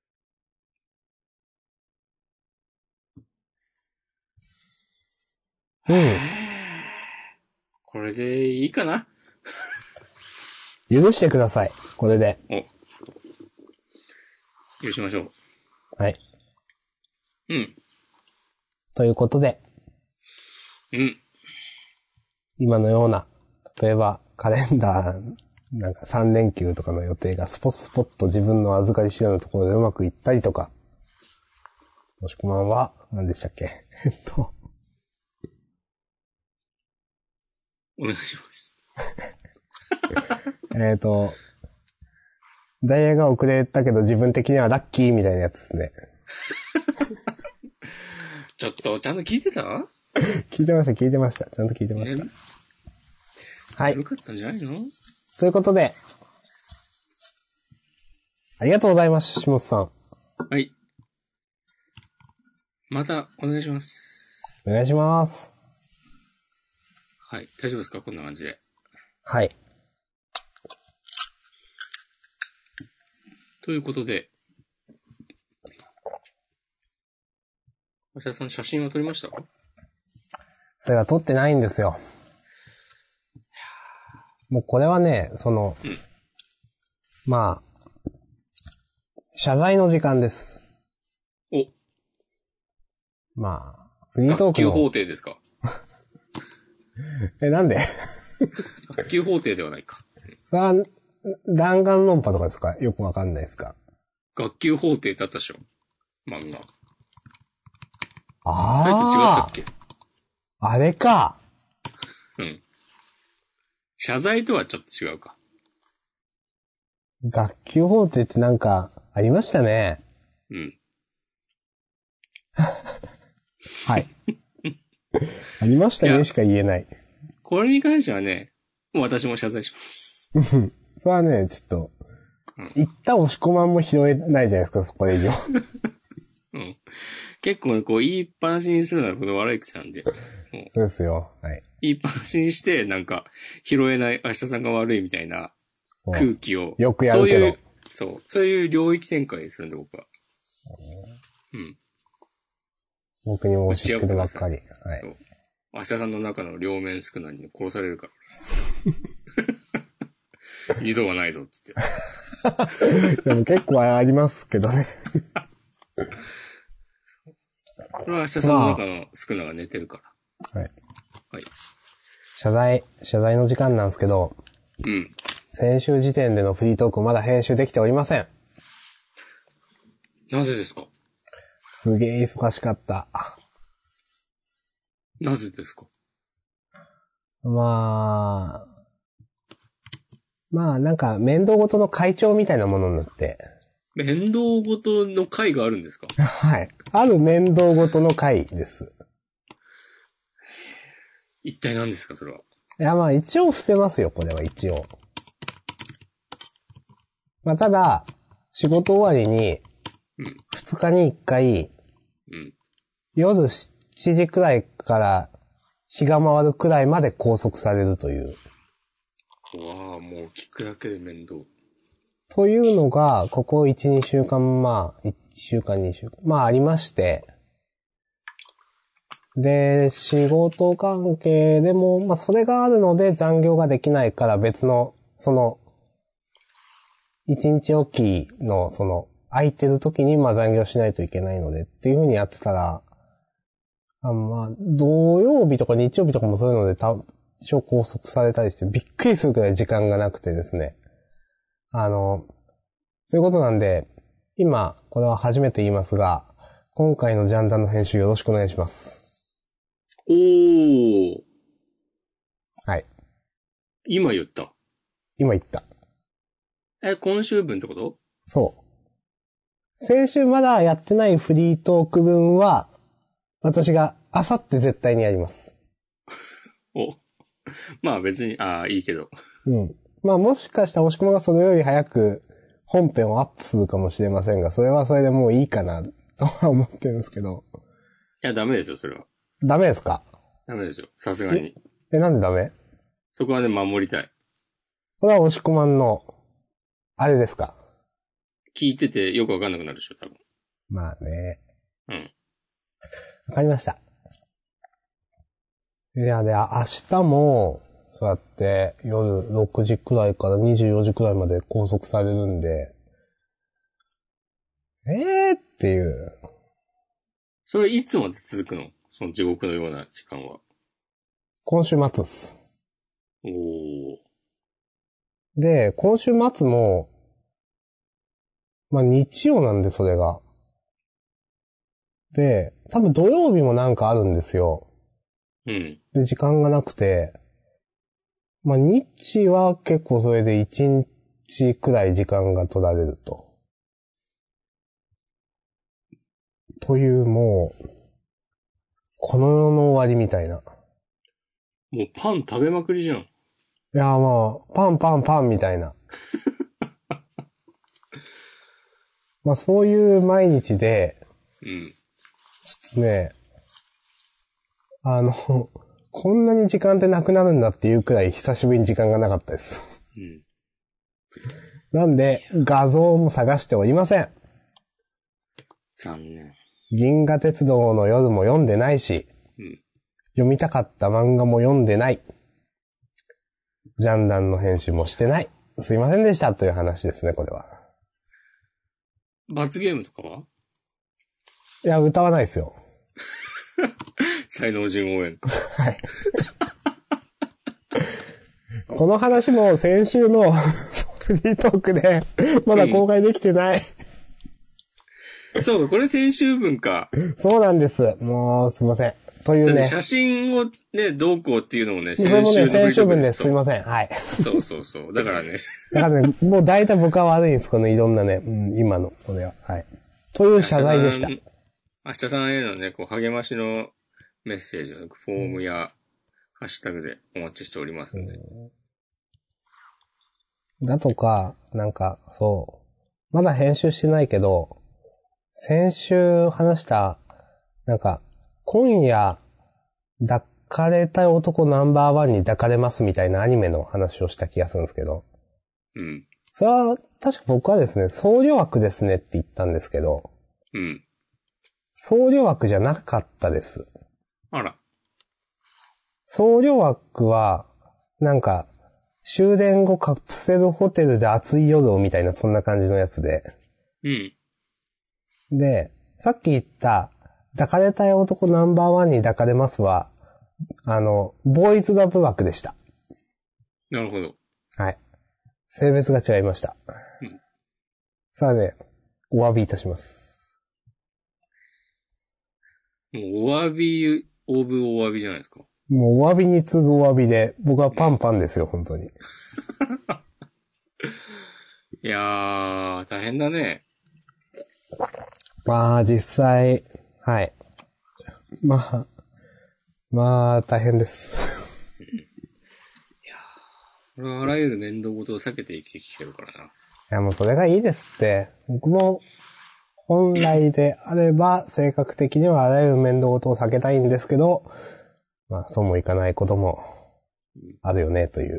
S1: うん。
S2: これでいいかな？
S1: 許してください。これで。
S2: お。許しましょう。
S1: はい。
S2: うん。
S1: ということで。
S2: うん。
S1: 今のような、例えばカレンダー、なんかさん連休とかの予定がスポスポッと自分の預かり知らぬところでうまくいったりとか。もしくまんは、何でしたっけえっと。
S2: お願いします。
S1: えっと、ダイヤが遅れたけど自分的にはラッキーみたいなやつですね。
S2: ちょっと、ちゃんと聞いてた？
S1: 聞いてました、聞いてました。ちゃんと聞いてました。
S2: ね、
S1: はい。
S2: 悪かったんじゃないの？
S1: ということで、ありがとうございます、下本さん。
S2: はい。また、お願いします。
S1: お願いします。
S2: はい。大丈夫ですか？こんな感じで。
S1: はい。
S2: ということで、芦田さん写真を撮りました？
S1: それが撮ってないんですよ。もうこれはね、その、うん、まあ、謝罪の時間です。
S2: お。
S1: まあ、フリートークの。
S2: 学級法廷ですか？
S1: え、なんで？
S2: 学級法廷ではないか。
S1: それは、弾丸論破とかですか？よくわかんないですか？
S2: 学級法廷だったでしょ？漫画。
S1: ああ。
S2: タイトル違ったっけ？
S1: あれか。
S2: うん。謝罪とはちょっと違うか。
S1: 学級法廷ってなんか、ありましたね。
S2: うん。
S1: はい。ありましたねしか言えない。
S2: これに関してはね、もう私も謝罪します。
S1: それはね、ちょっと、うん、言った押し込まんも拾えないじゃないですか、そこで以上。
S2: うん。結構ね、こう言いっぱなしにするのはこの悪い癖なんで。
S1: そうですよ。はい。
S2: 言いっぱなしにして、なんか、拾えない明日さんが悪いみたいな空気を。
S1: よくやるけど。
S2: そういう、そう。そういう領域展開するんで、僕は。うん。
S1: 僕にも押し付けてばっかり。はい。そう。
S2: 明日さんの中の両面少なに殺されるから。二度はないぞ、つって。
S1: でも結構ありますけどね。
S2: これは明日さんの中の少なが寝てるから。
S1: はい。
S2: はい。
S1: 謝罪、謝罪の時間なんですけど。
S2: うん。
S1: 先週時点でのフリートークまだ編集できておりません。
S2: なぜですか？
S1: すげえ忙しかった。
S2: なぜですか？
S1: まあ、まあなんか面倒ごとの会長みたいなものになって。
S2: 面倒ごとの会があるんですか？
S1: はい。ある面倒ごとの会です。
S2: 一体何ですか、それは。
S1: いやまあ一応伏せますよ、これは一応。まあただ、仕事終わりに、ふつかにいっかい、うん、夜しちじくらいから日が回るくらいまで拘束されるという。
S2: うわぁ、もう聞くだけで面倒。
S1: というのが、ここいち、にしゅうかん、まあ、いっしゅうかん、にしゅうかん、まあありまして、で、仕事関係でも、まあそれがあるので残業ができないから別の、その、一日おきの、その、空いてる時にまあ残業しないといけないのでっていう風にやってたら、あまあ、土曜日とか日曜日とかもそういうので多少拘束されたりしてびっくりするくらい時間がなくてですね。あの、ということなんで、今、これは初めて言いますが、今回のジャンダンの編集よろしくお願いします。
S2: おー。
S1: はい。
S2: 今言った。
S1: 今言った。
S2: え、今週分ってこと？
S1: そう。先週まだやってないフリートーク分は、私があさって絶対にやります。
S2: お。まあ別に、ああ、いいけど。
S1: うん。まあもしかしたら押し込まがそれより早く本編をアップするかもしれませんが、それはそれでもういいかな、とは思ってるんですけど。
S2: いや、ダメですよ、それは。
S1: ダメですか？
S2: ダメですよ、さすがに。
S1: え、なんでダメ？
S2: そこはね、守りたい。
S1: これは押し込まんの、あれですか？
S2: 聞いててよくわかんなくなるでしょ、多分。
S1: まあね。
S2: うん。
S1: わかりました。いや、で、明日も、そうやって夜ろくじくらいからにじゅうよじくらいまで拘束されるんで、えーっていう。
S2: それいつまで続くの？その地獄のような時間は。
S1: 今週末っす。
S2: おー。
S1: で、今週末も、まあ日曜なんでそれが。で、多分土曜日もなんかあるんですよ。
S2: うん。
S1: で、時間がなくて、まあ日は結構それでいちにちくらい時間が取られると。というもう、この世の終わりみたいな。
S2: もうパン食べまくりじゃん。い
S1: やもう、パンパンパンみたいな。まあそういう毎日で、
S2: うん。
S1: ちょっとね、あの、こんなに時間ってなくなるんだっていうくらい久しぶりに時間がなかったです。うん。なんで、画像も探しておりません。
S2: 残念。
S1: 銀河鉄道の夜も読んでないし、うん、読みたかった漫画も読んでない。ジャンダンの編集もしてない。すいませんでしたという話ですね、これは。
S2: 罰ゲームとかは？
S1: いや、歌わないですよ。
S2: 才能人応援。
S1: はい。この話も先週のフリートークでまだ公開できてない、
S2: うん。そうか、これ先週分か。
S1: そうなんです。もう、すいません。というね。
S2: 写真をね、どうこうっていうのもね、
S1: 先週の。それもね、先週分です。すいません。はい。
S2: そうそうそう。だからね。
S1: だからね、もう大体僕は悪いんです。このいろんなね、うん、今の、これは。はい。という謝罪でした。
S2: 明日さんへのね、こう、励ましのメッセージのフォームや、ハッシュタグでお待ちしておりますんで。
S1: うん、だとか、なんか、そう。まだ編集してないけど、先週話した、なんか、今夜、抱かれたい男ナンバーワンに抱かれますみたいなアニメの話をした気がするんですけど。
S2: うん。
S1: それは、確か僕はですね、僧侶枠ですねって言ったんですけど、
S2: うん。
S1: 僧侶枠じゃなかったです。
S2: あら。
S1: 僧侶枠は、なんか、終電後カプセルホテルで熱い夜をみたいなそんな感じのやつで。
S2: うん。
S1: で、さっき言った、抱かれたい男ナンバーワンに抱かれますは、あの、ボーイズラブ枠でした。
S2: なるほど。
S1: はい。性別が違いました。
S2: うん。
S1: さあね、お詫びいたします。
S2: もうお詫び、オブお詫びじゃないですか。
S1: もうお詫びに次ぐお詫びで、僕はパンパンですよ、本当に。
S2: いやー、大変だね。
S1: まあ、実際、はい。まあ、まあ、大変です。
S2: いやー、俺はあらゆる面倒事を避けて生きてきてるからな。
S1: いや、もうそれがいいですって。僕も、本来であれば、性格的にはあらゆる面倒事を避けたいんですけど、まあ、そうもいかないことも、あるよね、という。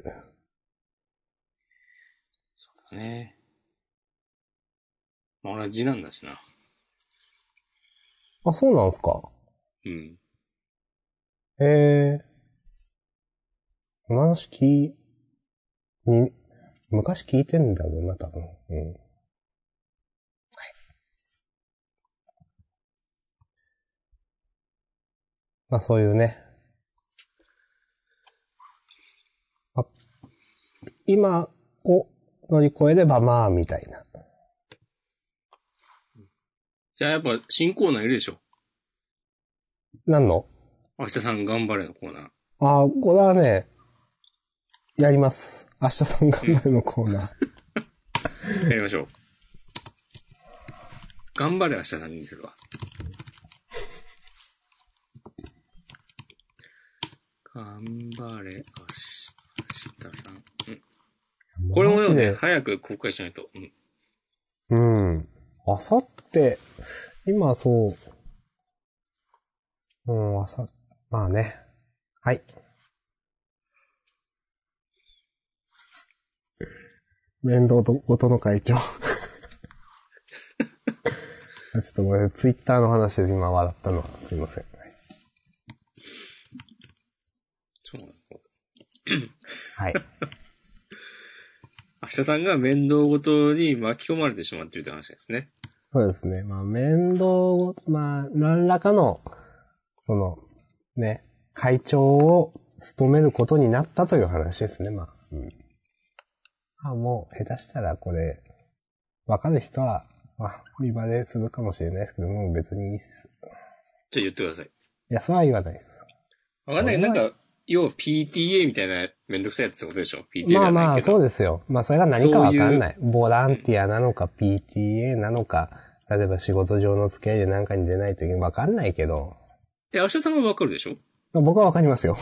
S2: そうだね。まあ、俺は次男だしな。
S1: あ、そうなんすか。
S2: うん。
S1: ええー。話聞い、に、昔聞いてんだろうな、多分。うん。はい。まあそういうね。あ、今を乗り越えればまあ、みたいな。
S2: じゃあやっぱ新コーナーいるでしょ。
S1: 何の？
S2: 明日さん頑張れのコーナー。
S1: あ、これはね、やります。明日さん頑張れのコーナー。
S2: うん、やりましょう。頑張れ明日さんにするわ。頑張れ明日、明日さん。うん。これもね、早く公開しないと。
S1: うん。うん。あさって、今そう。うん、あさ、まあね。はい。面倒と音の会長。ちょっとごめんなさい。ツイッターの話で今笑ったのはすいません。
S2: そうなの。
S1: はい。
S2: 明日さんが面倒ごとに巻き込まれてしまっているって話ですね。
S1: そうですね。まあ、面倒ごと、まあ、何らかの、その、ね、会長を務めることになったという話ですね、まあ。うん。あ、もう、下手したらこれ、わかる人は、まあ、見バレするかもしれないですけども、別にいいっす。
S2: じゃあ言ってください。
S1: いや、それは言わないです。
S2: わかんない。なんか、要は ピーティーエー みたいなめんどくさいやつってことでしょ？ ピーティーエー ではないけど。まあまあ、
S1: そうですよ。まあ、それが何かわかんない。そういうボランティアなのか、ピーティーエー なのか、例えば仕事上の付き合いで何かに出ないといけない。わかんないけど。
S2: え、明日さんはわかるでしょ？
S1: 僕はわかりますよ。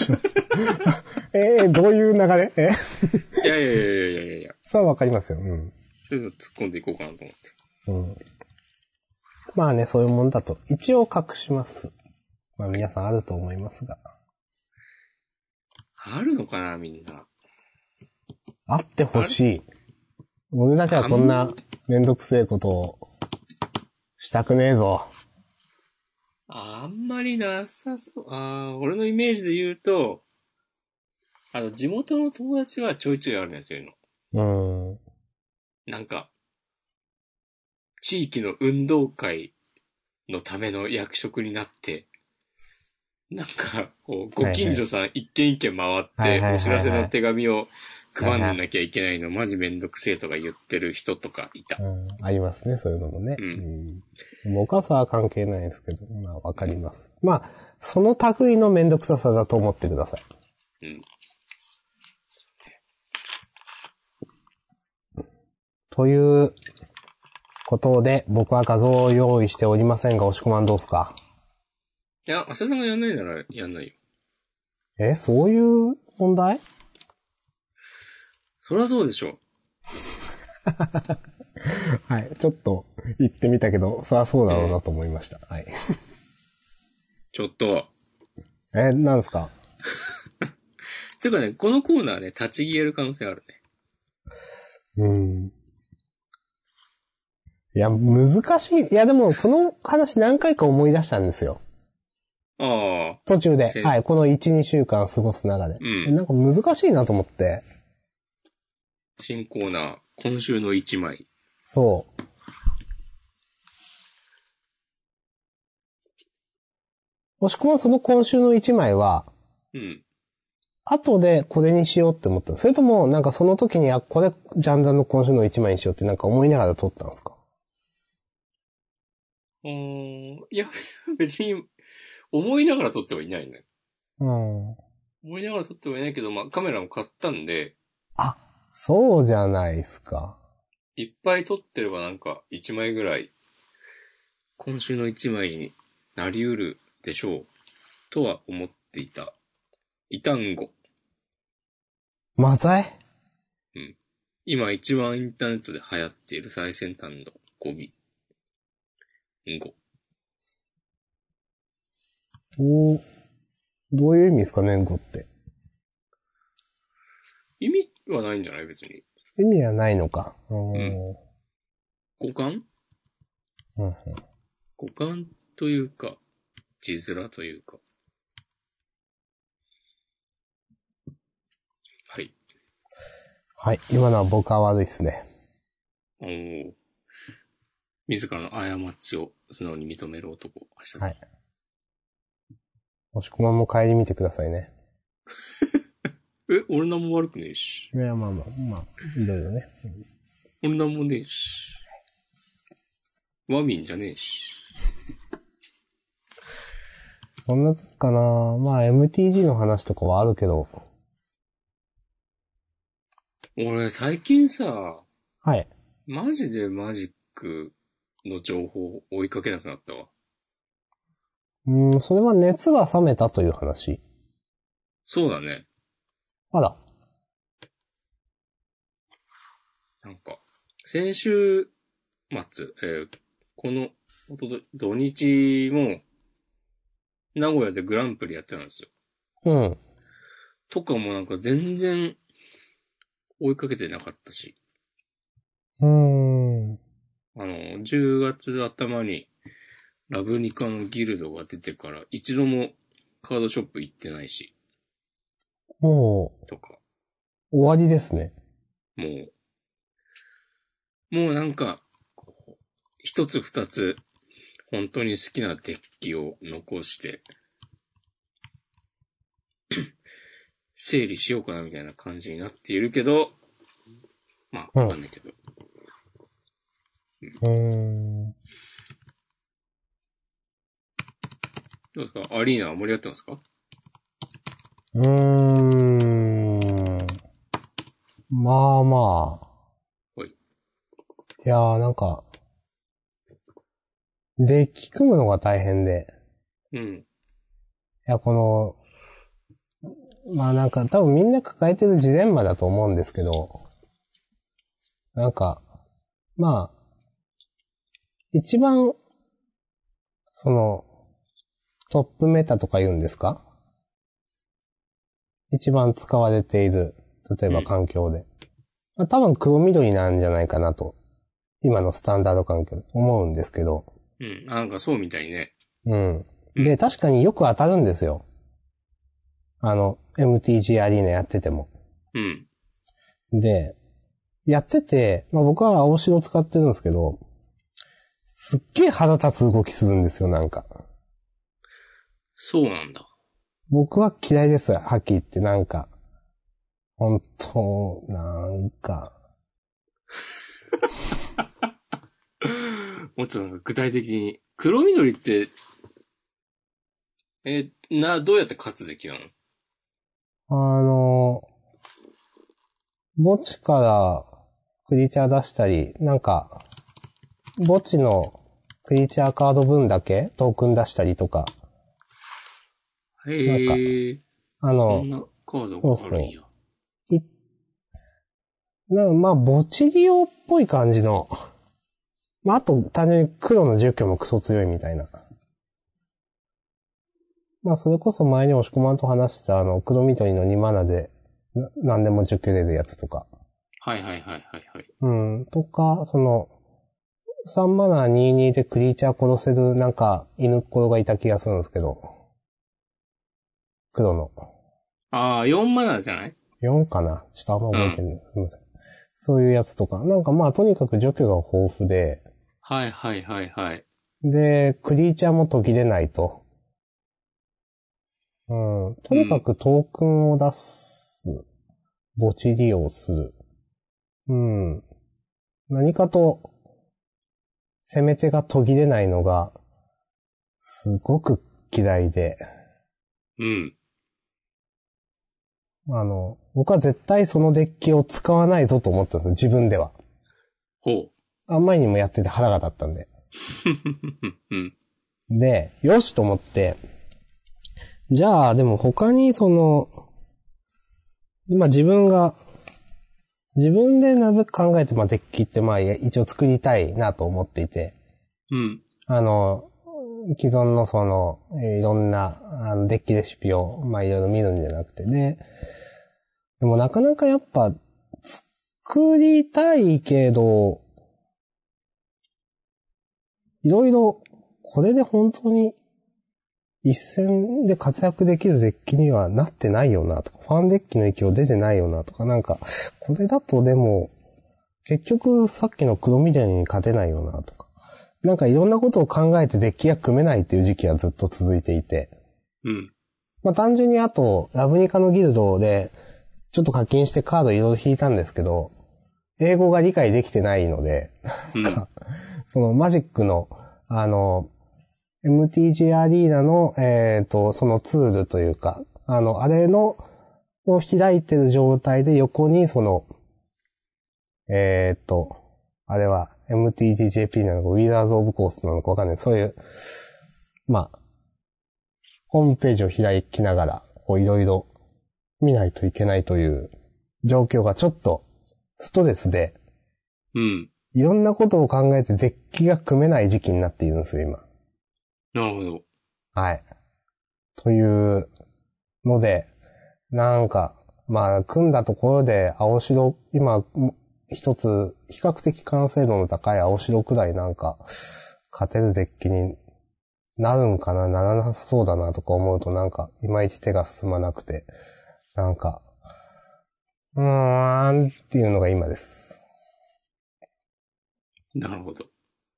S1: えー、どういう流れえ
S2: いやいやいやいやいやいや。
S1: それはわかりますよ。うん。
S2: そういうの突っ込んでいこうかなと思って。
S1: うん。まあね、そういうもんだと。一応隠します。まあ皆さんあると思いますが。
S2: あるのかな、みんな。
S1: あってほしい。俺だけはこんなめんどくせえことをしたくねえぞ。
S2: あんまりなさそう。ああ、俺のイメージで言うと、あの、地元の友達はちょいちょいあるんですよ、そういうの。うん。なんか、地域の運動会のための役職になって、なんか、こう、ご近所さん一軒一軒回って、お知らせの手紙を配んなきゃいけないの、マジめんどくせえとか言ってる人とかいた。
S1: うん、ありますね、そういうのもね。うんうん、僕はさは関係ないですけど、まあわかります。うん、まあ、その類のめんどくささだと思ってください。うん。ということで、僕は画像を用意しておりませんが、押し込まんどうすか？
S2: いや、明日さんがやんないならやんないよ。
S1: え、そういう問題？
S2: そりゃそうでしょ。
S1: はい。ちょっと言ってみたけど、そりゃそうだろうなと思いました。うん、はい。
S2: ちょっと。
S1: え、なんですか？
S2: てかね、このコーナーね、立ち消える可能性あるね。
S1: うん。いや、難しい。いや、でも、その話何回か思い出したんですよ。
S2: ああ。
S1: 途中で。はい。このいち、にしゅうかん過ごす中で。
S2: うん。
S1: なんか難しいなと思って。
S2: 新コーナー、今週のいちまい。
S1: そう。もしくはその今週のいちまいは、
S2: うん。
S1: 後でこれにしようって思った。それとも、なんかその時に、あ、これ、ジャンダンの今週のいちまいにしようってなんか思いながら撮ったんですか？
S2: うーん。いや、別に、思いながら撮ってはいないね。
S1: うん。
S2: 思いながら撮ってはいないけど、まあ、カメラも買ったんで。
S1: あ、そうじゃないですか。
S2: いっぱい撮ってればなんか、いちまいぐらい、今週のいちまいになり得るでしょう。とは思っていた。異単語。
S1: マザエ？
S2: うん。今一番インターネットで流行っている最先端の語尾。語。
S1: おー、どういう意味ですかね、語って。
S2: 意味はないんじゃない別に。
S1: 意味はないのか。うん。
S2: 語感
S1: うんうん。
S2: 語感というか、字面というか。はい。
S1: はい。今のは僕は悪いですね。
S2: おー。自らの過ちを素直に認める男、明日さん。はい。
S1: もしくまも帰り見てくださいね。
S2: え、俺なんも悪くねえし。
S1: いや、まあまあ、まあ、いろいろね。
S2: 俺なんもねえし。ワミンじゃねえし。
S1: そんなとこかな。まあ エムティージー の話とかはあるけど。
S2: 俺最近さ。
S1: はい。
S2: マジでマジックの情報を追いかけなくなったわ。
S1: うーん、それは熱が冷めたという話。
S2: そうだね。
S1: あら。
S2: なんか、先週末、えー、この、土日も、名古屋でグランプリやってたんですよ。
S1: うん。
S2: とかもなんか全然追いかけてなかったし。
S1: うーん。
S2: あの、じゅうがつ頭にラブニカのギルドが出てから一度もカードショップ行ってないし。
S1: もう。
S2: とか。
S1: 終わりですね。
S2: もう。もうなんか、一つ二つ、本当に好きなデッキを残して、整理しようかなみたいな感じになっているけど、まあ、わかんないけど。
S1: うん。うん、
S2: どうですか？アリーナは盛り上がってますか？
S1: うーん。まあまあ。
S2: はい。
S1: いやーなんか、デッキ組むのが大変で。
S2: うん。
S1: いや、この、まあなんか多分みんな抱えてるジレンマだと思うんですけど、なんか、まあ、一番、その、トップメタとか言うんですか？一番使われている、例えば環境で。うん、まあ、多分黒緑なんじゃないかなと、今のスタンダード環境で思うんですけど。
S2: うん、なんかそうみたいね。
S1: うん。で、確かによく当たるんですよ。あの、エムティージー アリーナやってても。
S2: うん。
S1: で、やってて、まあ僕は青白使ってるんですけど、すっげえ腹立つ動きするんですよ、なんか。
S2: そうなんだ。
S1: 僕は嫌いです、はっきり言って、なんか。本当、なんか。
S2: もうちょっとなんか具体的に。黒緑って、え、な、どうやって勝つできなの？
S1: あの、墓地からクリーチャー出したり、なんか、墓地のクリーチャーカード分だけトークン出したりとか。
S2: へえ。あの、そんなカードがあるんや。そうそう
S1: いなまあ、墓地利用っぽい感じの、まあ、あと単純に黒の住居もクソ強いみたいな。まあ、それこそ前に押し込まんと話してたあの、黒緑のにマナで、な、なんでも除去出るやつとか。
S2: はいはいはいはいはい。
S1: うん。とか、その、さんマナーにじゅうにでクリーチャー殺せるなんか犬っこがいた気がするんですけど。黒の。
S2: ああ、よんマナーじゃない？
S1: よんかなちょっとあんま覚えてない。
S2: うん、
S1: すみません。そういうやつとか。なんかまあとにかく除去が豊富で。
S2: はいはいはいはい。
S1: で、クリーチャーも途切れないと。うん。とにかくトークンを出す。墓地利用する。うん。何かと、攻め手が途切れないのが、すごく嫌いで。
S2: うん。
S1: あの、僕は絶対そのデッキを使わないぞと思ったんです、自分では。
S2: ほう。
S1: あんまりにもやってて腹が立ったんで。
S2: うん。
S1: で、よしと思って、じゃあ、でも他にその、まあ自分が、自分でなるべく考えて、まあデッキってまあ一応作りたいなと思っていて、
S2: うん。
S1: あの、既存のその、いろんなあのデッキレシピを、まあいろいろ見るんじゃなくて、で、でもなかなかやっぱ、作りたいけど、いろいろ、これで本当に一戦で活躍できるデッキにはなってないよなとか、ファンデッキの勢い出てないよなとか、なんか、これだとでも、結局さっきの黒緑に勝てないよなとか、なんかいろんなことを考えてデッキが組めないっていう時期がずっと続いていて、
S2: うん。
S1: まあ単純にあと、ラブニカのギルドで、ちょっと課金してカードいろいろ引いたんですけど、英語が理解できてないので、なんか、そのマジックの、あの、エムティージー アリーナの、えっと、そのツールというか、あの、あれの、を開いてる状態で横にその、えっと、あれは エムティージージェーピー なのか、ウィザーズ・オブ・コースなのかわかんない。そういう、まあ、ホームページを開きながら、こういろいろ見ないといけないという状況がちょっとストレスで、
S2: うん。
S1: いろんなことを考えてデッキが組めない時期になっているんですよ、今。
S2: なるほど。
S1: はい。というので、なんか、まあ、組んだところで青白、今、一つ、比較的完成度の高い青白くらいなんか、勝てるデッキになるんかな、ならなさそうだなとか思うとなんか、いまいち手が進まなくて、なんか、うーんっていうのが今です。
S2: なるほど。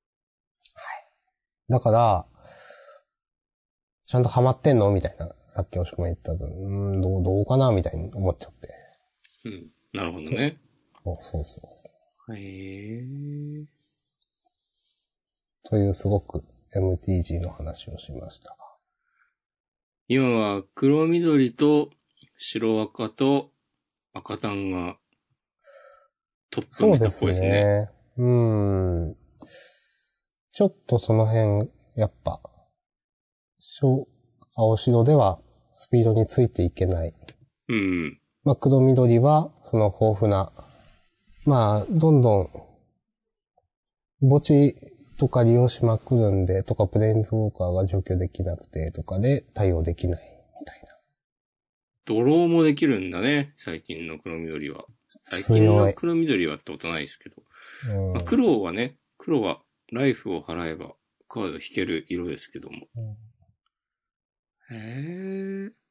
S1: だから、ちゃんとハマってんのみたいな。さっきおしくも言ったと、うーん、どう、どうかなみたいに思っちゃって。
S2: うん。なるほどね。
S1: そうそうそう。
S2: へえ。
S1: というすごく エムティージー の話をしましたが。
S2: 今は黒緑と白赤と赤単がトップメタっぽいですね。そうですね。
S1: うーん。ちょっとその辺、やっぱ、青白ではスピードについていけない。
S2: うん。
S1: まあ、黒緑は、その豊富な、まあ、どんどん、墓地とか利用しまくるんで、とかプレインズウォーカーが除去できなくて、とかで対応できない、みたいな。
S2: ドローもできるんだね、最近の黒緑は。最近の黒緑はってことないですけど。うんまあ、黒はね、黒はライフを払えばカード引ける色ですけども。うん、へえ。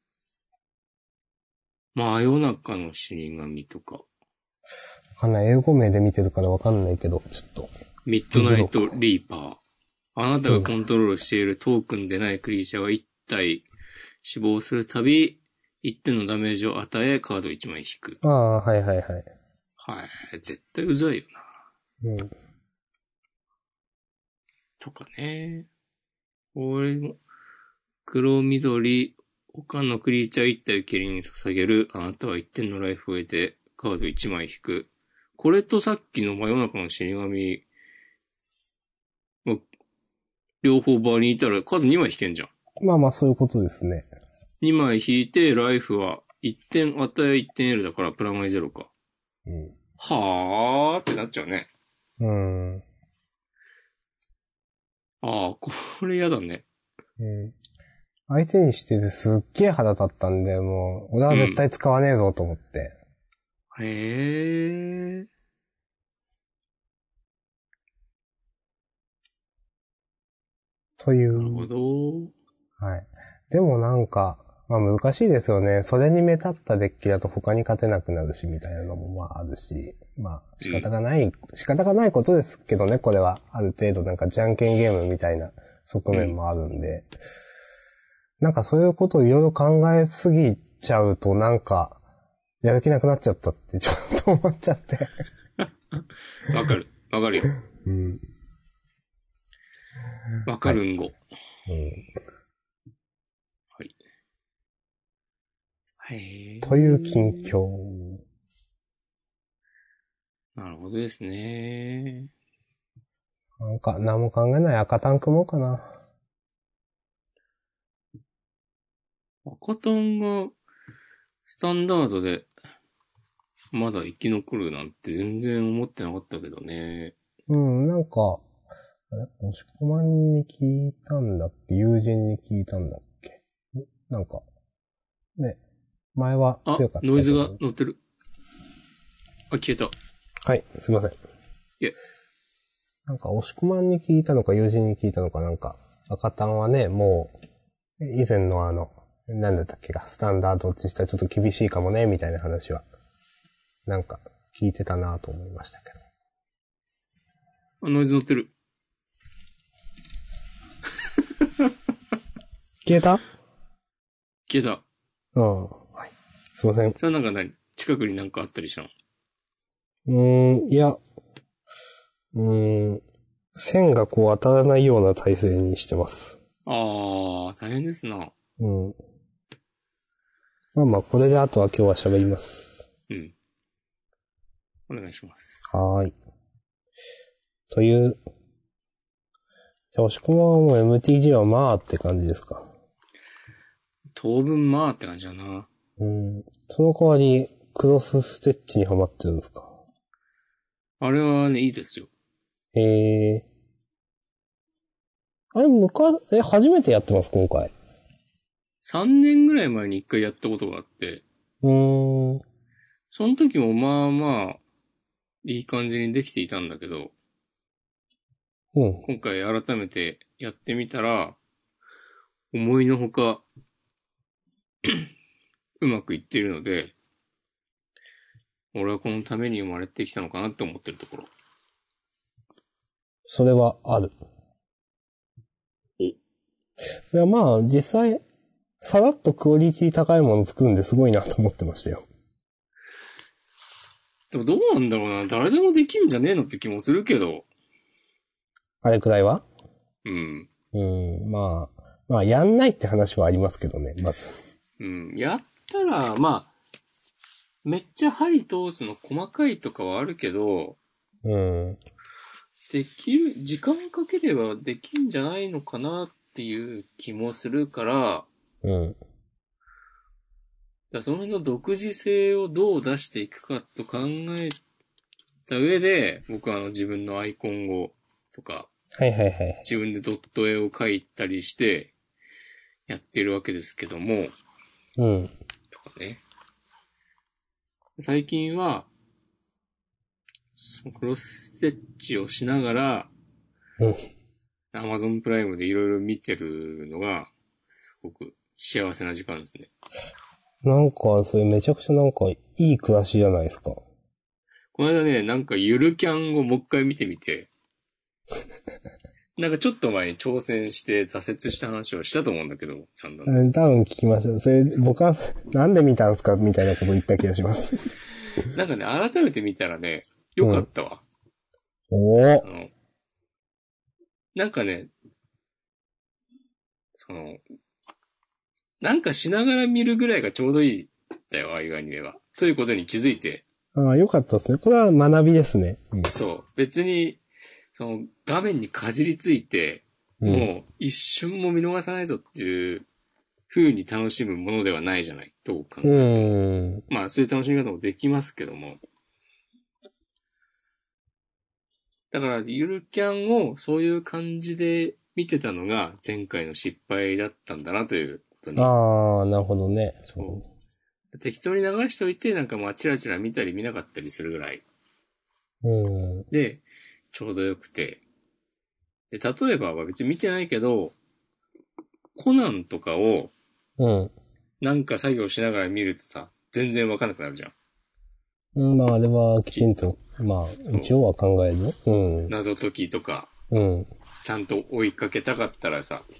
S2: 真夜中の死神とか。
S1: わかんない。英語名で見てるからわかんないけど、ちょっと。
S2: ミッドナイトリーパー。あなたがコントロールしているトークンでないクリーチャーはいち体死亡するたび、いってんのダメージを与え、カードいちまい引く。
S1: ああ、はいはいはい。
S2: はい。絶対うざいよな。
S1: うん。
S2: とかね。これも、黒緑、他のクリーチャーいち体を蹴りに捧げる。あなたはいってんのライフを得て、カードいちまい引く。これとさっきの真夜中の死神、両方場にいたらカードにまい引けんじゃん。
S1: まあまあそういうことですね。
S2: にまい引いて、ライフはいってん、与えいってん L だからプラマイゼロか。うん。はーってなっちゃうね。
S1: うん。
S2: ああ、これやだね。
S1: うん。相手にしててすっげえ腹立ったんで、もう、俺は絶対使わねえぞと思って。
S2: へへえ。
S1: という。
S2: なるほど。
S1: はい。でもなんか、まあ難しいですよね。それに目立ったデッキだと他に勝てなくなるし、みたいなのもまああるし。まあ仕方がない、うん、仕方がないことですけどね、これは。ある程度なんかじゃんけんゲームみたいな側面もあるんで。うん、なんかそういうことをいろいろ考えすぎちゃうとなんか、やる気なくなっちゃったってちょっと思っちゃって。
S2: わかる。わかるよ。
S1: うん。
S2: わかるんご。
S1: はい。
S2: はい。へえ。
S1: という近況。
S2: なるほどですね。
S1: なんか何も考えない赤タン組もうかな。
S2: 赤タンがスタンダードでまだ生き残るなんて全然思ってなかったけどね。
S1: うん、なんか、押し込まんに聞いたんだっけ？友人に聞いたんだっけ？なんか、ね、前は強かったけど。
S2: あ、ノイズが乗ってる。あ、消えた。
S1: はい、すいません。い
S2: え。
S1: なんか、押し込まんに聞いたのか、友人に聞いたのか、なんか、赤タンはね、もう、以前のあの、なんだったっけか、スタンダード落ちしたらちょっと厳しいかもね、みたいな話は、なんか、聞いてたなと思いましたけど。
S2: あ、ノイズ乗ってる。
S1: 消えた？
S2: 消えた。
S1: うん。はい。すいません。
S2: それはなんか何？近くになんかあったりしたの？
S1: うーん、いや、うーん、線がこう当たらないような体勢にしてます。
S2: あー、大変ですな。
S1: うん。まあまあ、これであとは今日は喋ります。
S2: うん。お願いします。
S1: はーい。という、じゃあ、押し込まんはもう エムティージー はまあって感じですか？
S2: 当分まあって感じだな。
S1: うん。その代わり、クロスステッチにハマってるんですか？
S2: あれはね、いいですよ。
S1: ええー。あれ、昔、え、初めてやってます、今回。
S2: さんねんぐらい前に一回やったことがあって。
S1: うーん。
S2: その時もまあまあ、いい感じにできていたんだけど、
S1: うん。
S2: 今回改めてやってみたら、思いのほか、うまくいっているので、俺はこのために生まれてきたのかなって思ってるところ。
S1: それはある。
S2: お。
S1: いや、まあ、実際、さらっとクオリティ高いもの作るんですごいなと思ってましたよ。
S2: でもどうなんだろうな。誰でもできんじゃねえのって気もするけど。
S1: あれくらいは？
S2: うん。
S1: うん、まあ、まあ、やんないって話はありますけどね、まず。
S2: うん。やったら、まあ、めっちゃ針通すの細かいとかはあるけど、
S1: うん。
S2: できる、時間かければできんじゃないのかなっていう気もするから、
S1: うん。
S2: だその辺の独自性をどう出していくかと考えた上で、僕はあの自分のアイコンをとか、
S1: はいはいはい。
S2: 自分でドット絵を描いたりしてやってるわけですけども、
S1: うん。
S2: とかね。最近は、クロスステッチをしながら、
S1: うん。
S2: Amazon プライムでいろいろ見てるのが、すごく幸せな時間ですね。
S1: なんか、それめちゃくちゃなんか、いい暮らしじゃないですか。
S2: この間ね、なんかゆるキャンをもう一回見てみて、なんかちょっと前に挑戦して挫折した話をしたと思うんだけど、ちゃんと、ね。
S1: 多分聞きました。それ、僕は、なんで見たんすかみたいなこと言った気がします。
S2: なんかね、改めて見たらね、よかったわ。
S1: うん、お
S2: あのなんかね、その、なんかしながら見るぐらいがちょうどいいんだよ、ああいうアニメは。ということに気づいて。
S1: ああ、よかったですね。これは学びですね。うん、
S2: そう。別に、その、画面にかじりついて、うん、もう一瞬も見逃さないぞっていう風に楽しむものではないじゃない。どう考えても。うん。まあ、そういう楽しみ方もできますけども。だから、ゆるキャンをそういう感じで見てたのが前回の失敗だったんだなということに。
S1: ああ、なるほどね。
S2: そう。 適当に流しといて、なんかまあチラチラ見たり見なかったりするぐらい。
S1: うん。
S2: で、ちょうどよくて。で、例えばは別に見てないけど、コナンとかを、
S1: うん。
S2: なんか作業しながら見るとさ、全然わかんなくなるじゃん。
S1: うん、まあ、あれはきちんと、まあ、一応は考えるよ。うん。
S2: 謎解きとか、
S1: うん。
S2: ちゃんと追いかけたかったらさ、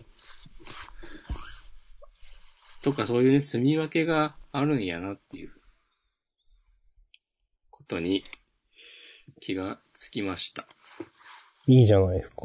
S2: とかそういうね、住み分けがあるんやなっていうことに気がつきました。
S1: いいじゃないですか。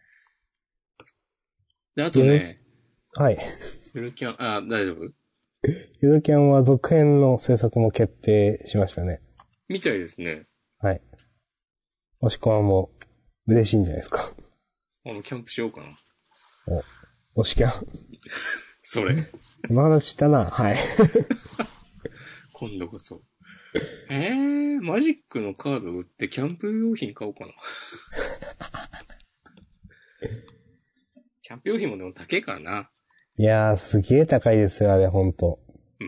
S2: で、あとね、
S1: はい。
S2: ゆるキャン、あ、大丈夫？
S1: ゆるキャンは続編の制作も決定しましたね。
S2: みたいですね。
S1: はい。もしくはもう、嬉しいんじゃないですか。
S2: あ、もうキャンプしようかな。
S1: お、推しキャン。
S2: それ。
S1: 今話したな、はい。
S2: 今度こそ。えー、マジックのカード売ってキャンプ用品買おうかな。キャンプ用品もでも高いからな。
S1: いやー、すげー高いですよ、あれ、ほんと。
S2: うん。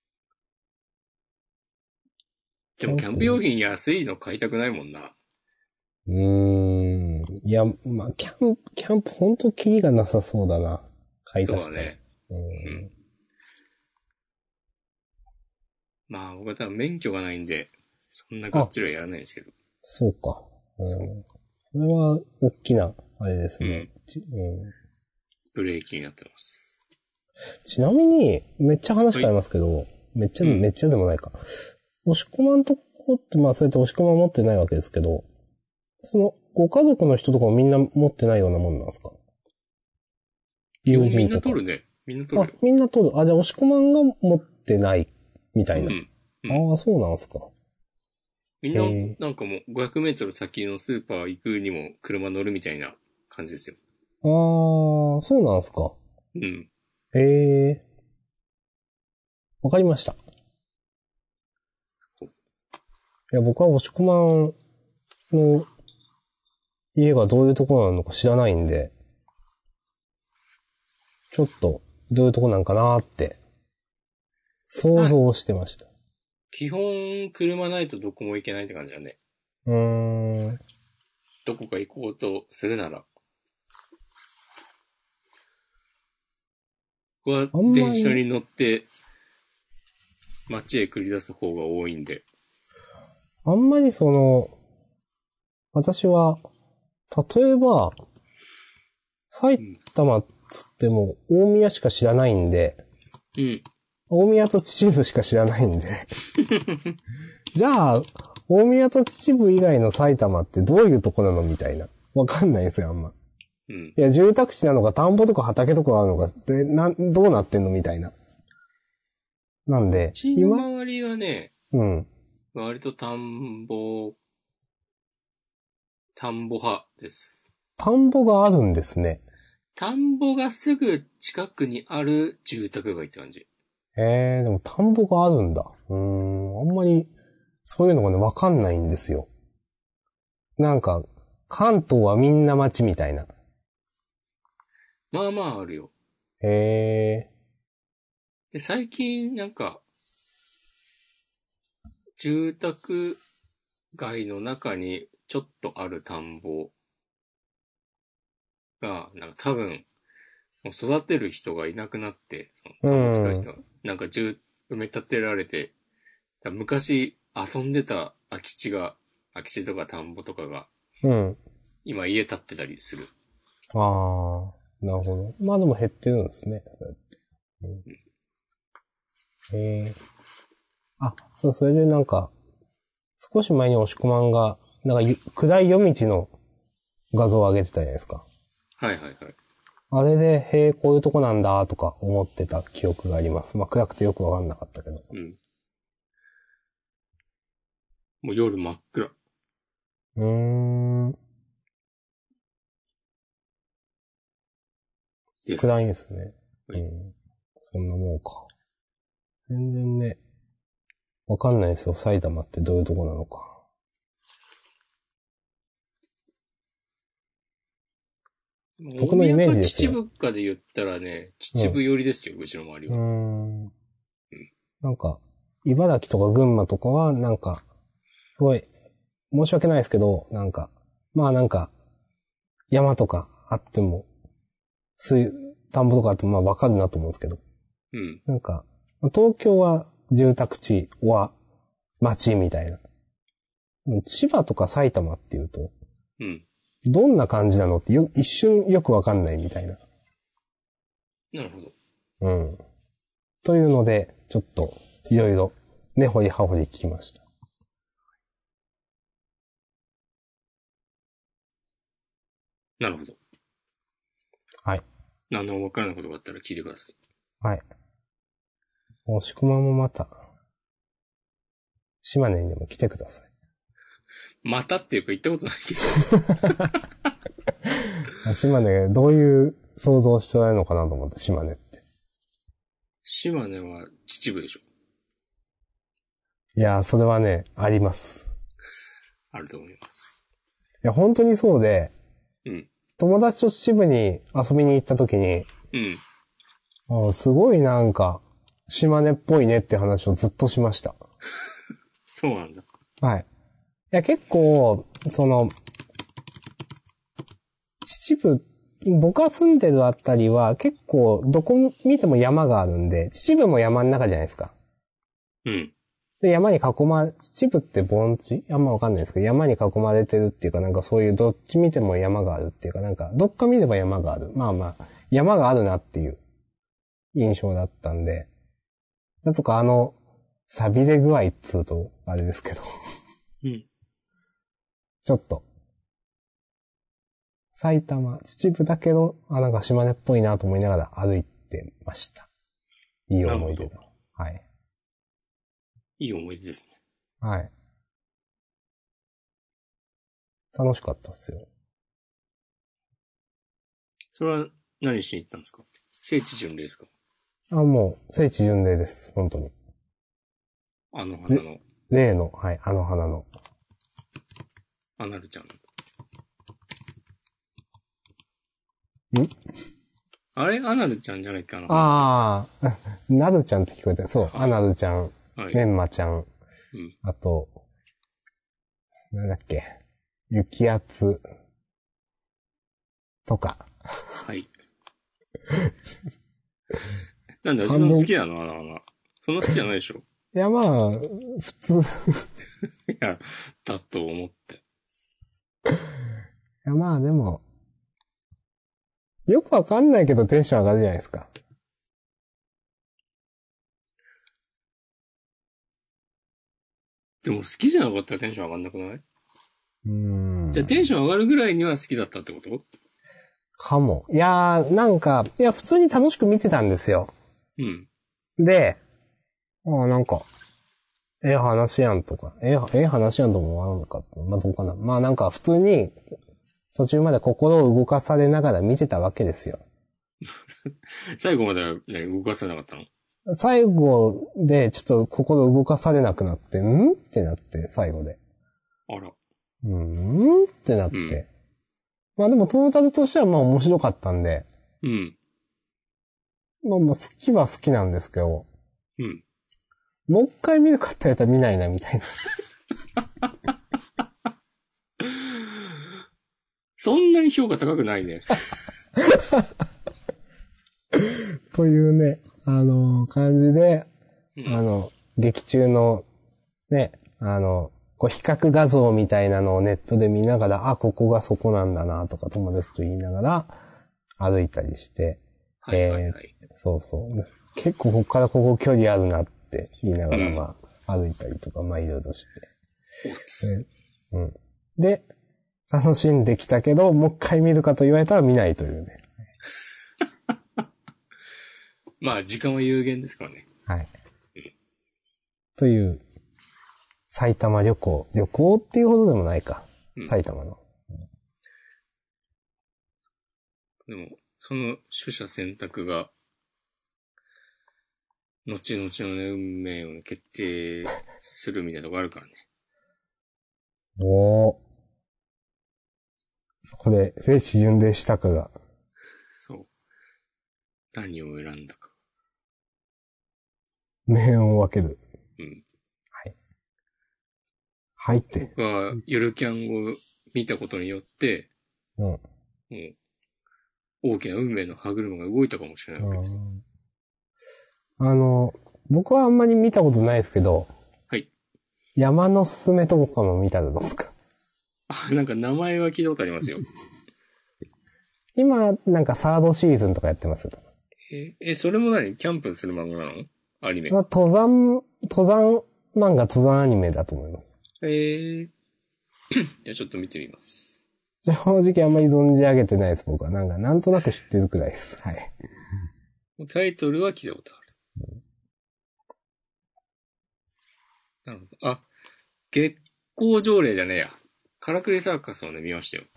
S2: でもキャンプ用品安いの買いたくないもんな。
S1: うーん。いや、まあ、キャンプ、キャンプほんとキリがなさそうだな。買い出したら。
S2: そうだね。
S1: うん。
S2: うん。まあ、僕は多分免許がないんで、そんながっつりはやらないんですけど。
S1: そうか。うん、
S2: そう。
S1: これは、大きな、あれですね。
S2: うん。
S1: うん、
S2: ブレーキになってます。
S1: ちなみに、めっちゃ話変えますけど、はい、めっちゃ、めっちゃでもないか。押し込まんとこって、まあ、そうやって押し込まん持ってないわけですけど、その、ご家族の人とかもみんな持ってないようなもんなんですか？友人とか。
S2: みんな取るね。みんな取るよ。
S1: あ、みんな取る。あ、じゃあ押し込まんが持ってないみたいな。
S2: うんうん、
S1: ああ、そうなんですか。
S2: みんな、なんかもうごひゃくメートル先のスーパー行くにも車乗るみたいな感じですよ。
S1: ああ、そうなんですか。
S2: うん。
S1: へえ。わかりました。いや、僕は押し込まんの家がどういうところなのか知らないんで、ちょっとどういうとこなんかなーって想像してました。
S2: 基本車ないとどこも行けないって感じだね。
S1: うーん。
S2: どこか行こうとするなら。僕は電車に乗って街へ繰り出す方が多いんで。
S1: あんまりその、私は、例えば、埼玉っつっても大宮しか知らないんで、
S2: うん。
S1: 大宮と秩父しか知らないんで。じゃあ、大宮と秩父以外の埼玉ってどういうとこなのみたいな。わかんないですよ、あんま。
S2: うん。
S1: いや、住宅地なのか、田んぼとか畑とかあるのか、で、な、どうなってんのみたいな。なんで、
S2: うちの周りはね、
S1: うん。
S2: 割と田んぼ、田んぼ派です。
S1: 田んぼがあるんですね。
S2: 田んぼがすぐ近くにある住宅街って感じ。
S1: えー、でも田んぼがあるんだ。うーん、あんまり、そういうのがね、わかんないんですよ。なんか、関東はみんな町みたいな。
S2: まあまああるよ。
S1: へ
S2: ー。で、最近なんか、住宅街の中にちょっとある田んぼが、なんか多分、もう育てる人がいなくなって、その田んぼ使う人が、なんか住、埋め立てられて、昔遊んでた空き地が、空き地とか田んぼとかが、
S1: うん。
S2: 今家建ってたりする。
S1: ああ、なるほど。まあでも減ってるんですね。そうやって。うん、へえ。あ、そう、それでなんか、少し前に押し込まんが、なんか、暗い夜道の画像を上げてたじゃないですか。
S2: はいはいはい。
S1: あれで、へえ、こういうとこなんだ、とか思ってた記憶があります。まあ暗くてよくわかんなかったけど。
S2: うん。もう夜真っ暗。
S1: うーん。
S2: です。
S1: 暗いんですね。
S2: はい、
S1: うん。そんなもんか。全然ね、わかんないですよ。埼玉ってどういうとこなのか。僕のイメージですよ。
S2: 大宮か秩父かで言ったらね、秩父寄りですよ、うん、うちの周りは。
S1: うーん。 なんか、茨城とか群馬とかは、なんか、すごい、申し訳ないですけど、なんか、まあなんか、山とかあっても、水、田んぼとかあってもまあわかるなと思うんですけど。
S2: うん。
S1: なんか、東京は住宅地は町みたいな。千葉とか埼玉っていうと、
S2: うん。
S1: どんな感じなのってよ一瞬よくわかんないみたいな。
S2: なるほど。
S1: うん。というので、ちょっと、いろいろ、根掘り葉掘り聞きました。
S2: なるほど。
S1: はい。
S2: 何でも分からないことがあったら聞いてください。
S1: はい。もしくまもまた、島根にでも来てください。
S2: またっていうか行ったことないけど。
S1: 島根、どういう想像してないのかなと思って、島根って。
S2: 島根は秩父でしょ。
S1: いやー、それはね、あります。
S2: あると思います。
S1: いや、本当にそうで、
S2: うん。
S1: 友達と秩父に遊びに行った時に、
S2: うん。
S1: あーすごいなんか、島根っぽいねって話をずっとしました。
S2: そうなんだ。
S1: はい。いや、結構、その、秩父、僕が住んでるあたりは結構どこ見ても山があるんで、秩父も山の中じゃないですか。
S2: うん。
S1: で、山に囲ま、秩父って盆地あんまわかんないですけど、山に囲まれてるっていうかなんかそういうどっち見ても山があるっていうかなんか、どっか見れば山がある。まあまあ、山があるなっていう印象だったんで、なんとかあの、錆びれ具合っつうと、あれですけど。
S2: うん。
S1: ちょっと。埼玉、秩父だけど、あ、なんか島根っぽいなと思いながら歩いてました。いい思い出だ。はい。
S2: いい思い出ですね。
S1: はい。楽しかったっすよ。
S2: それは何しに行ったんですか？聖地巡礼ですか？
S1: あ、もう、聖地巡礼です。本当に。
S2: あの花の。
S1: 例の、はい、あの花の。
S2: アナルちゃん。
S1: ん
S2: あれアナルちゃんじゃないかな。
S1: ああ、なるちゃんって聞こえてる。そう、アナルちゃん、
S2: はい。
S1: メンマちゃん、
S2: うん。
S1: あと、なんだっけ、雪圧とか。
S2: はい。なんだ、そんな好きなのあの花。そんな好きじゃないでしょ？
S1: いや、まあ、普通。
S2: いや、だと思って。
S1: いや、まあでも、よくわかんないけどテンション上がるじゃないですか。
S2: でも好きじゃなかったらテンション上がんなくない？
S1: うーん。
S2: じゃあテンション上がるぐらいには好きだったってこと？
S1: かも。いやー、なんか、いや、普通に楽しく見てたんですよ。
S2: うん。
S1: で、ああ、なんか、ええ話やんとか、ええ、ええ話やんとも思わなかった。まあ、どうかな。まあ、なんか普通に、途中まで心を動かされながら見てたわけですよ。
S2: 最後までは、ね、動かせなかったの？
S1: 最後で、ちょっと心動かされなくなって、んってなって、最後で。
S2: あら。
S1: うーんってなって。
S2: うん。
S1: まあでも、トータルとしてはまあ面白かったんで、
S2: うん。
S1: まあまあ好きは好きなんですけど、
S2: うん。
S1: もう一回見るかってやったら見ないな、みたいな。
S2: そんなに評価高くないね。
S1: というね、あの、感じで、
S2: うん、
S1: あの、劇中の、ね、あの、こう比較画像みたいなのをネットで見ながら、あ、ここがそこなんだな、とか友達と言いながら歩いたりして、
S2: はいはいはい。
S1: えー、そうそう。結構ここからここ距離あるなって言いながら、まあ、歩いたりとか、まあいろいろして。
S2: おつ。
S1: うん。で、楽しんできたけど、もう一回見るかと言われたら見ないというね。
S2: まあ、時間は有限ですからね。
S1: はい。という、埼玉旅行。旅行っていうほどでもないか。
S2: うん、
S1: 埼玉の。
S2: でも、その取捨選択が、後々のね、運命をね、決定するみたいなとこあるからね。
S1: おー。そこで、聖地巡礼したかが。
S2: そう。何を選んだか。
S1: 面を分ける。
S2: うん。
S1: はい。はいって。
S2: 僕は、ゆるキャンを見たことによって、
S1: うん。も
S2: う大きな運命の歯車が動いたかもしれないわけですよ。
S1: あの、僕はあんまり見たことないですけど、
S2: はい。
S1: 山のすすめとかも見たらどうですか？
S2: あ、なんか名前は聞いたことありますよ。
S1: 今、なんかサードシーズンとかやってますよ。
S2: え、え、それも何キャンプする漫画なのアニメ。
S1: 登山、登山漫画、登山アニメだと思います。
S2: えー。いや、ちょっと見てみます。
S1: 正直あんまり存じ上げてないです、僕は。なんか、なんとなく知ってるくらいです。はい。
S2: タイトルは聞いたことある。なるほど。あ、月光条例じゃねえや。カラクリサーカスをね、見ましたよ。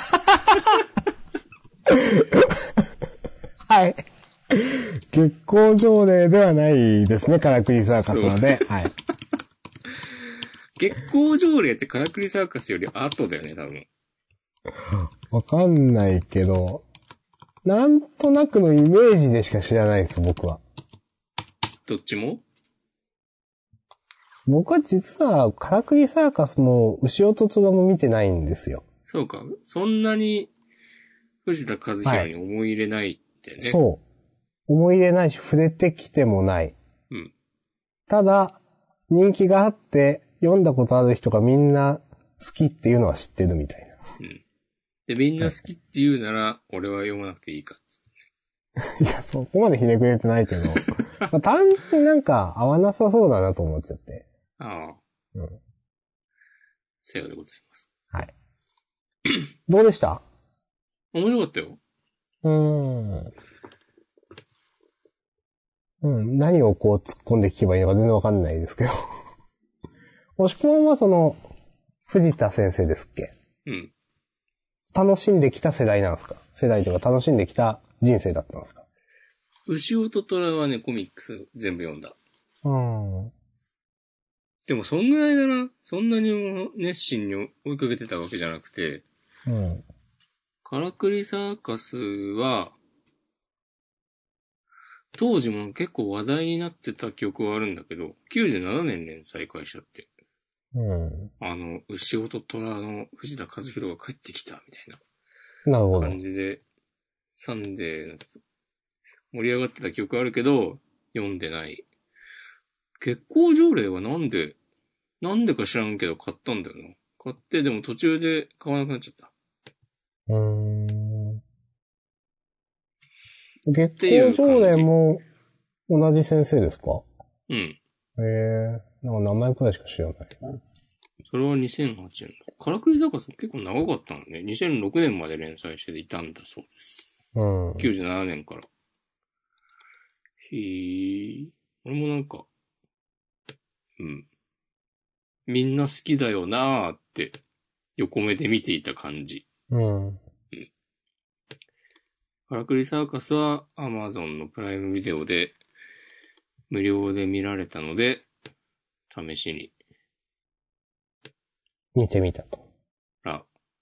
S1: はい。月光条例ではないですね、カラクリサーカスはね。はい。
S2: 月光条例ってカラクリサーカスより後だよね、多分。
S1: わかんないけど、なんとなくのイメージでしか知らないです、僕は。
S2: どっちも？
S1: 僕は実は、カラクリサーカスも、牛尾とつばも見てないんですよ。
S2: そうか。そんなに、藤田和弘に思い入れないってね。はい、
S1: そう。思い入れないし、触れてきてもない。
S2: うん。
S1: ただ、人気があって、読んだことある人がみんな好きっていうのは知ってるみたいな。
S2: うん。で、みんな好きって言うなら、はい、俺は読まなくていいかっつ
S1: ってね。いや、そこまでひねくれてないけど、まあ、単純になんか合わなさそうだなと思っちゃって。
S2: ああ。うん。さようでございます。
S1: はい。どうでした？
S2: 面白かったよ。
S1: うーん。うん。何をこう突っ込んで聞けばいいのか全然わかんないですけど。もしくはその、藤田先生ですっけ？うん。楽しんできた世代なんですか？世代というか楽しんできた人生だったんですか？
S2: 牛尾と虎はね、コミックス全部読んだ。うん。でもそんぐらいだな。そんなに熱心に追いかけてたわけじゃなくて。うん。カラクリサーカスは、当時も結構話題になってた記憶はあるんだけど、きゅうじゅうななねん連載開始だって。うん。あの、牛尾と虎の藤田和弘が帰ってきたみたいな。なるほど。感じで、サンデー、盛り上がってた記憶あるけど、読んでない。月光条例はなんで、なんでか知らんけど買ったんだよな。買って、でも途中で買わなくなっちゃった。うーん。
S1: 月光条例も同じ先生ですか？うん。へえ、なんか名前くらいしか知らない。
S2: それはにせんはちねんだ。カラクリサーカス結構長かったのね。にせんろくねんまで連載していたんだそうです。うん。きゅうじゅうななねんから。へー。俺もなんか、うん。みんな好きだよなーって、横目で見ていた感じ。うん。うん。カラクリサーカスは Amazon のプライムビデオで無料で見られたので、試しに。
S1: 見てみたと。
S2: ら、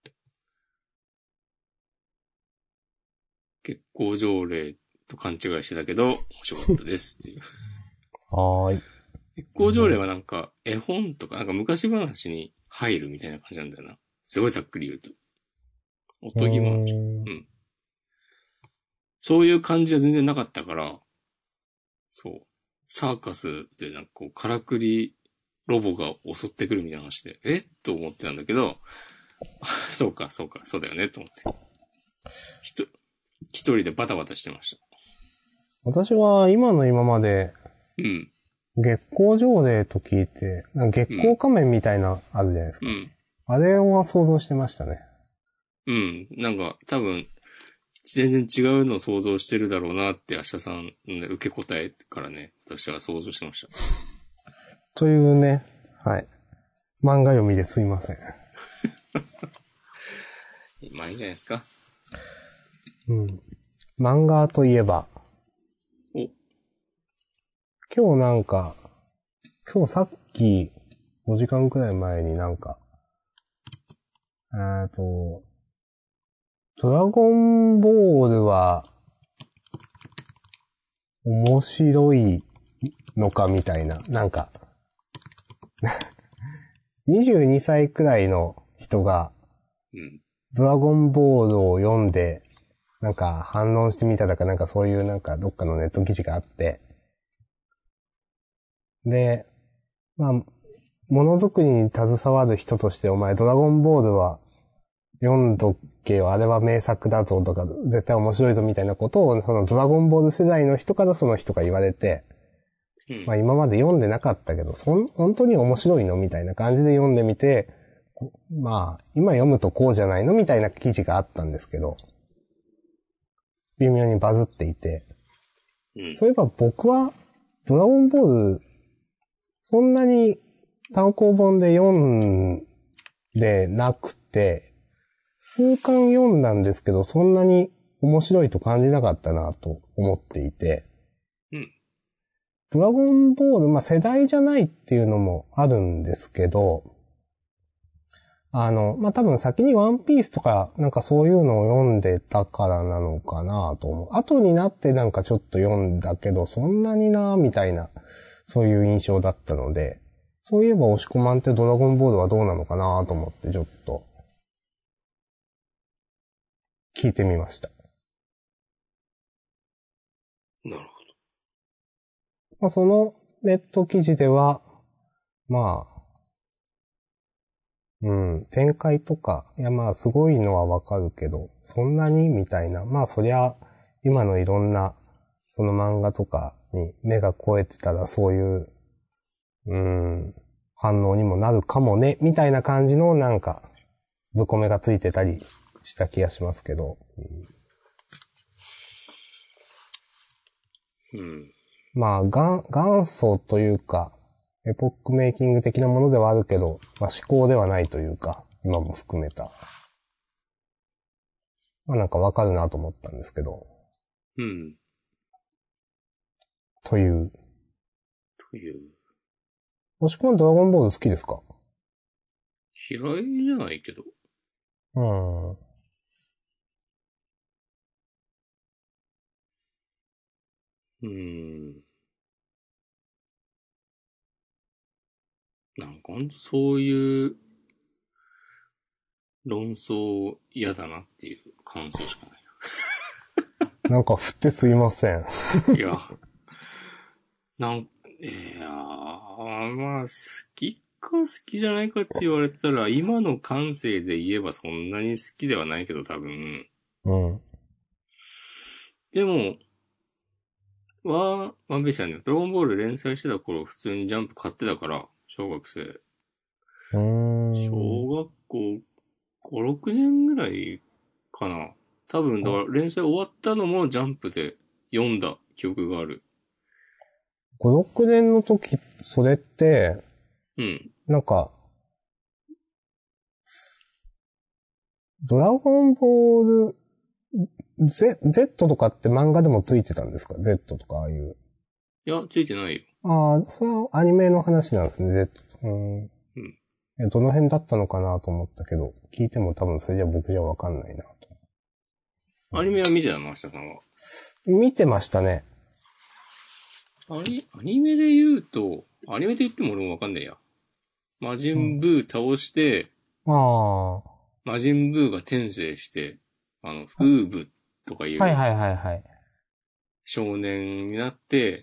S2: 月光条例と勘違いしてたけど、面白かったですっていう。
S1: はーい。
S2: 月光条例はなんか、絵本とか、なんか昔話に入るみたいな感じなんだよな。すごいざっくり言うと。おとぎ話。うん。そういう感じは全然なかったから、そう。サーカスでなんかこう、からくりロボが襲ってくるみたいな話で、えと思ってたんだけど、そうか、そうか、そうだよね、と思って。ひと、一人でバタバタしてました。
S1: 私は今の今まで、
S2: うん。
S1: 月光条例と聞いて、月光仮面みたいなあるじゃないですか。うん。あれは想像してましたね。
S2: うん。なんか、多分、全然違うのを想像してるだろうなって明日さんの受け答えからね、私は想像してました。
S1: というね、はい。漫画読みですいません。
S2: まあいいじゃないですか。
S1: うん。漫画といえば。お。今日なんか、今日さっきごじかんくらい前になんか、えっと、ドラゴンボールは面白いのかみたいな、なんか、にじゅうにさいくらいの人が、
S2: うん。
S1: ドラゴンボールを読んで、なんか反論してみただかなんかそういうなんかどっかのネット記事があって、で、まあ、ものづくりに携わる人としてお前ドラゴンボールは読んどけよ、あれは名作だぞとか、絶対面白いぞみたいなことを、そのドラゴンボール世代の人からその人が言われて、
S2: うん、
S1: まあ今まで読んでなかったけど、そん、本当に面白いのみたいな感じで読んでみて、まあ、今読むとこうじゃないのみたいな記事があったんですけど、微妙にバズっていて、
S2: うん、
S1: そういえば僕はドラゴンボール、そんなに単行本で読んでなくて、数巻読んだんですけど、そんなに面白いと感じなかったなと思っていて、
S2: うん、
S1: ドラゴンボール、まあ世代じゃないっていうのもあるんですけど、あの、まあ多分先にワンピースとかなんかそういうのを読んでたからなのかなと思う。後になってなんかちょっと読んだけど、そんなになみたいな、そういう印象だったので、そういえば押し込まんってドラゴンボールはどうなのかなと思ってちょっと、聞いてみました。
S2: なるほど。
S1: まあ、そのネット記事では、まあ、うん、展開とか、いやまあすごいのはわかるけど、そんなにみたいな。まあそりゃ、今のいろんな、その漫画とかに目が肥えてたらそういう、うん、反応にもなるかもね、みたいな感じのなんか、ぶこめがついてたりした気がしますけど。
S2: うん。
S1: まあ、元元祖というか、エポックメイキング的なものではあるけど、まあ思考ではないというか、今も含めた。まあなんかわかるなと思ったんですけど。
S2: うん。
S1: という。
S2: という。
S1: もしくはドラゴンボール好きですか？
S2: 嫌いじゃないけど。
S1: うん。
S2: うーん。なんかほんとそういう論争嫌だなっていう感想しかない。
S1: なんか振ってすいません。
S2: いや、なん、いやー、まあ、好きか好きじゃないかって言われたら、今の感性で言えばそんなに好きではないけど多分。
S1: うん。
S2: でも、ワン、ワンピースはね、ドラゴンボール連載してた頃普通にジャンプ買ってたから、小学生。
S1: うーん。
S2: 小学校ご、ろくねんぐらいかな。多分、だから連載終わったのもジャンプで読んだ記憶がある。
S1: ご、ろくねんの時、それって、
S2: うん。
S1: なんか、ドラゴンボール、Z、Z とかって漫画でもついてたんですか？ Z とかああいう。
S2: いや、ついてないよ。
S1: ああ、それはアニメの話なんですね、Z。うん。
S2: うん。
S1: え、どの辺だったのかなと思ったけど、聞いても多分それじゃ僕じゃわかんないなと。
S2: アニメは見てたの、明日さんは。
S1: 見てましたね。
S2: アニ、アニメで言うと、アニメで言っても俺もわかんないや。魔人ブー倒して、
S1: うん、ああ。
S2: 魔人ブーが転生して、あの、ウーブとかいう
S1: はいはいはいはい。
S2: 少年になって、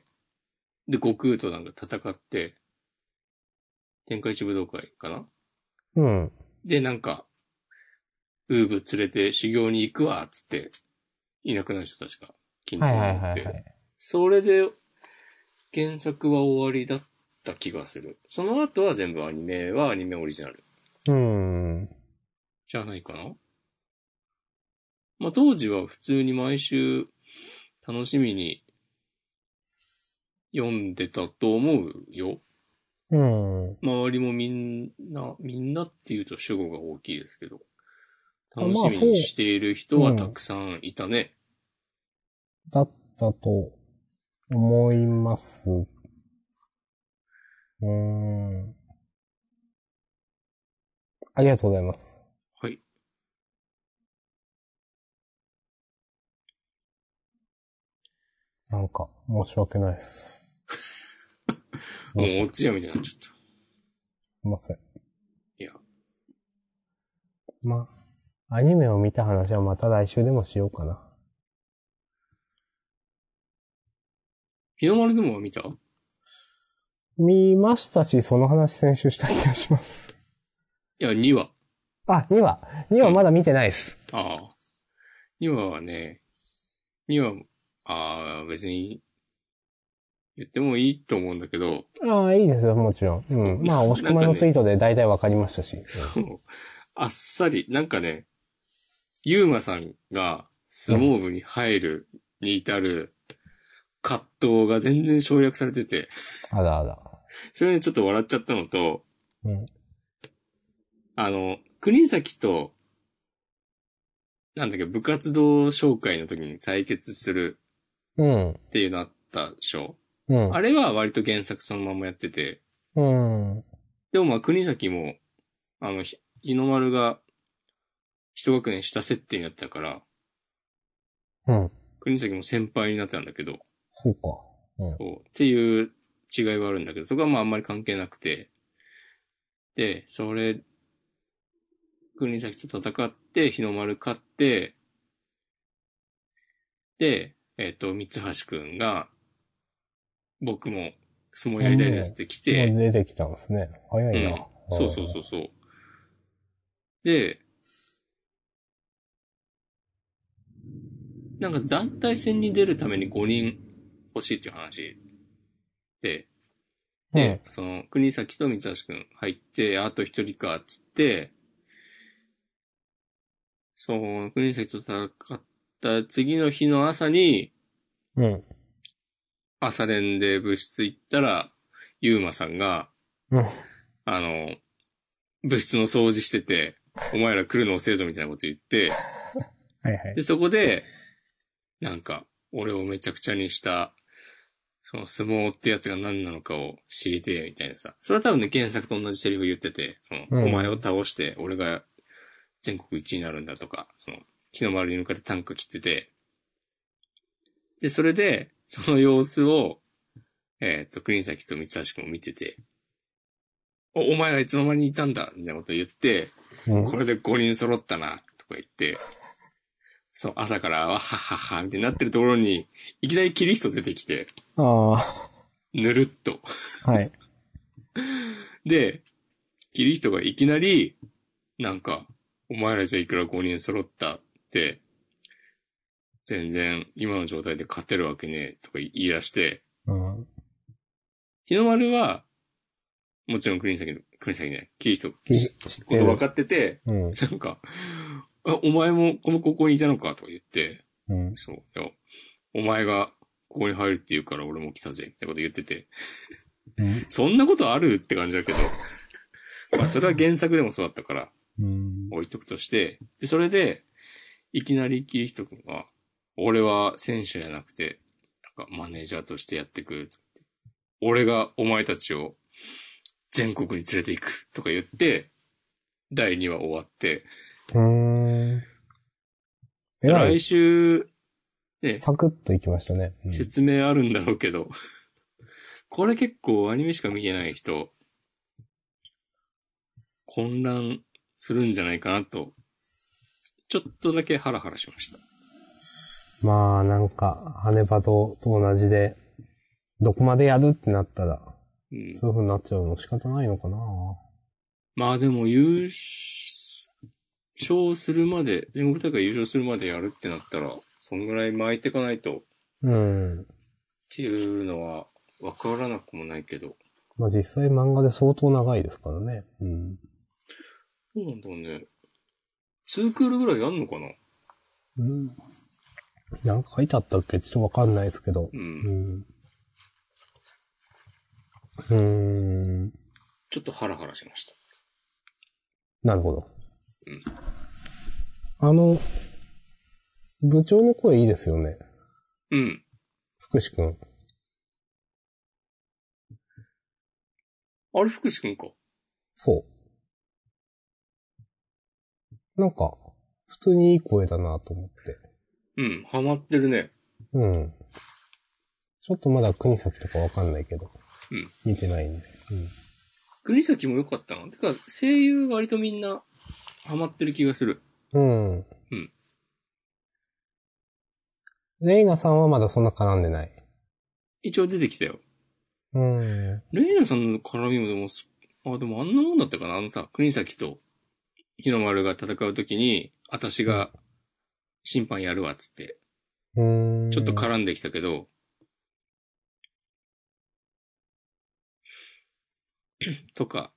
S2: で、悟空となんか戦って、天下一武道会かな
S1: うん。
S2: で、なんか、ウーブ連れて修行に行くわ、つって、いなくなる人たちが、金
S1: はいはい
S2: 刀持って。
S1: はいはい。
S2: それで、原作は終わりだった気がする。その後は全部アニメはアニメオリジナル。
S1: うーん。
S2: じゃないかな。まあ、当時は普通に毎週楽しみに読んでたと思うよ。
S1: うん。
S2: 周りもみんな、みんなっていうと主語が大きいですけど、楽し
S1: まあそう、
S2: みにしている人はた
S1: うん。
S2: くさんいたね。
S1: だったと思います。うーん。ありがとうございます。
S2: はい。
S1: なんか、申し訳ないです。
S2: もうオチやみたいになっちゃった。
S1: すいません。
S2: いや。
S1: まあ、アニメを見た話はまた来週でもしようかな。
S2: 日の丸相撲は見た？
S1: 見ましたし、その話先週した気がします。
S2: いや、にわ。
S1: あ、にわ。にわまだ見てないです。
S2: うん、ああ。にわはね、にわ、ああ、別に、言ってもいいと思うんだけど。
S1: ああ、いいですよ、もちろん。うん。まあ、押し込まのツイートで大体わかりましたし。
S2: そう、あっさり、なんかね、ゆうまさんが相撲部に入るに至る葛藤が全然省略されてて。
S1: あらあら。
S2: それでちょっと笑っちゃったのと、
S1: うん。
S2: あの、国崎と、なんだっけ、部活動紹介の時に対決するっていうのあったでしょ。うん。あれは割と原作そのままやってて。うん。でもまあ国崎も、あの、日の丸が一学年下設定になってたから、うん。国崎も先輩になってたんだけど。そうか。うん。そう。っていう違いはあるんだけど、そこはまああんまり関係なくて。で、それ、国崎と戦って、日の丸勝って、で、えっと、三橋くんが、僕も相撲やりたいですって来て。
S1: もう出てきたんですね。早いな。うん、
S2: そうそうそうそう。で、なんか団体戦に出るためにごにん欲しいっていう話で、で、うん、その、国崎と三橋くん入って、あと一人か、つって、そう、国崎と戦った次の日の朝に、うん。朝練で部室行ったら、ゆうまさんが、うん。あの、部室の掃除してて、お前ら来るの遅えぞみたいなこと言って、はいはい。で、そこで、なんか、俺をめちゃくちゃにした、その相撲ってやつが何なのかを知りてえ、みたいなさ。それは多分ね、原作と同じセリフ言ってて、その、うん、お前を倒して、俺が全国一位になるんだとか、その、日の丸に向かってタンク切ってて、で、それで、その様子を、えっと、国崎と三橋君も見てて、お、お前らいつの間にいたんだみたいなこと言って、うん、これでごにん揃ったな、とか言って、そう、朝からわははは、みたいになってるところに、いきなりキリスト出てきて、ああ。ぬるっと。はい。で、キリストがいきなり、なんか、お前らじゃいくらごにん揃ったって、全然今の状態で勝てるわけねえ、とか言い出して、うん、日の丸は、もちろん国崎の、国崎ね、キリスト、こと分かってて、うん、なんか、あ、お前もこの高校にいたのかとか言って、うん、そう、いや、お前がここに入るって言うから俺も来たぜ、ってこと言ってて、うん、そんなことあるって感じだけど、まあそれは原作でもそうだったから、うん、置いとくとして、で、それで、いきなりキリスト君が、俺は選手じゃなくて、なんかマネージャーとしてやってくると言って、俺がお前たちを全国に連れて行くとか言って、だいにわ終わって、うーん。来週、ね。
S1: サクッといきましたね。
S2: うん、説明あるんだろうけど、これ結構アニメしか見てない人、混乱するんじゃないかなと、ちょっとだけハラハラしました。
S1: まあなんか、ハネバトと同じで、どこまでやるってなったら、うん、そういう風になっちゃうの仕方ないのかな。
S2: まあでも優勝するまで、全国大会優勝するまでやるってなったら、そんぐらい巻いていかないと、うん。っていうのは、わからなくもないけど。
S1: まあ実際漫画で相当長いですからね。うん。
S2: そうなんだね。ツークールぐらいやんのかな？
S1: うん。なんか書いてあったっけちょっとわかんないですけど。うん。うん。うーん。
S2: ちょっとハラハラしました。
S1: なるほど。うん。あの、部長の声いいですよね。うん。福士くん。
S2: あれ福士くんか。
S1: そう。なんか、普通にいい声だなと思って。
S2: うん、ハマってるね。
S1: うん。ちょっとまだ国崎とかわかんないけど。
S2: うん。
S1: 見てないんで。うん。
S2: 国崎も良かったの。てか、声優割とみんなハマってる気がする。
S1: うん。
S2: うん。
S1: レイナさんはまだそんな絡んでない。
S2: 一応出てきたよ。
S1: うん。
S2: レイナさんの絡みもでも、あ、でもあんなもんだったかな。あのさ、国崎と日の丸が戦うときに、私が審判やるわっつって、
S1: うん。
S2: ちょっと絡んできたけど、とか。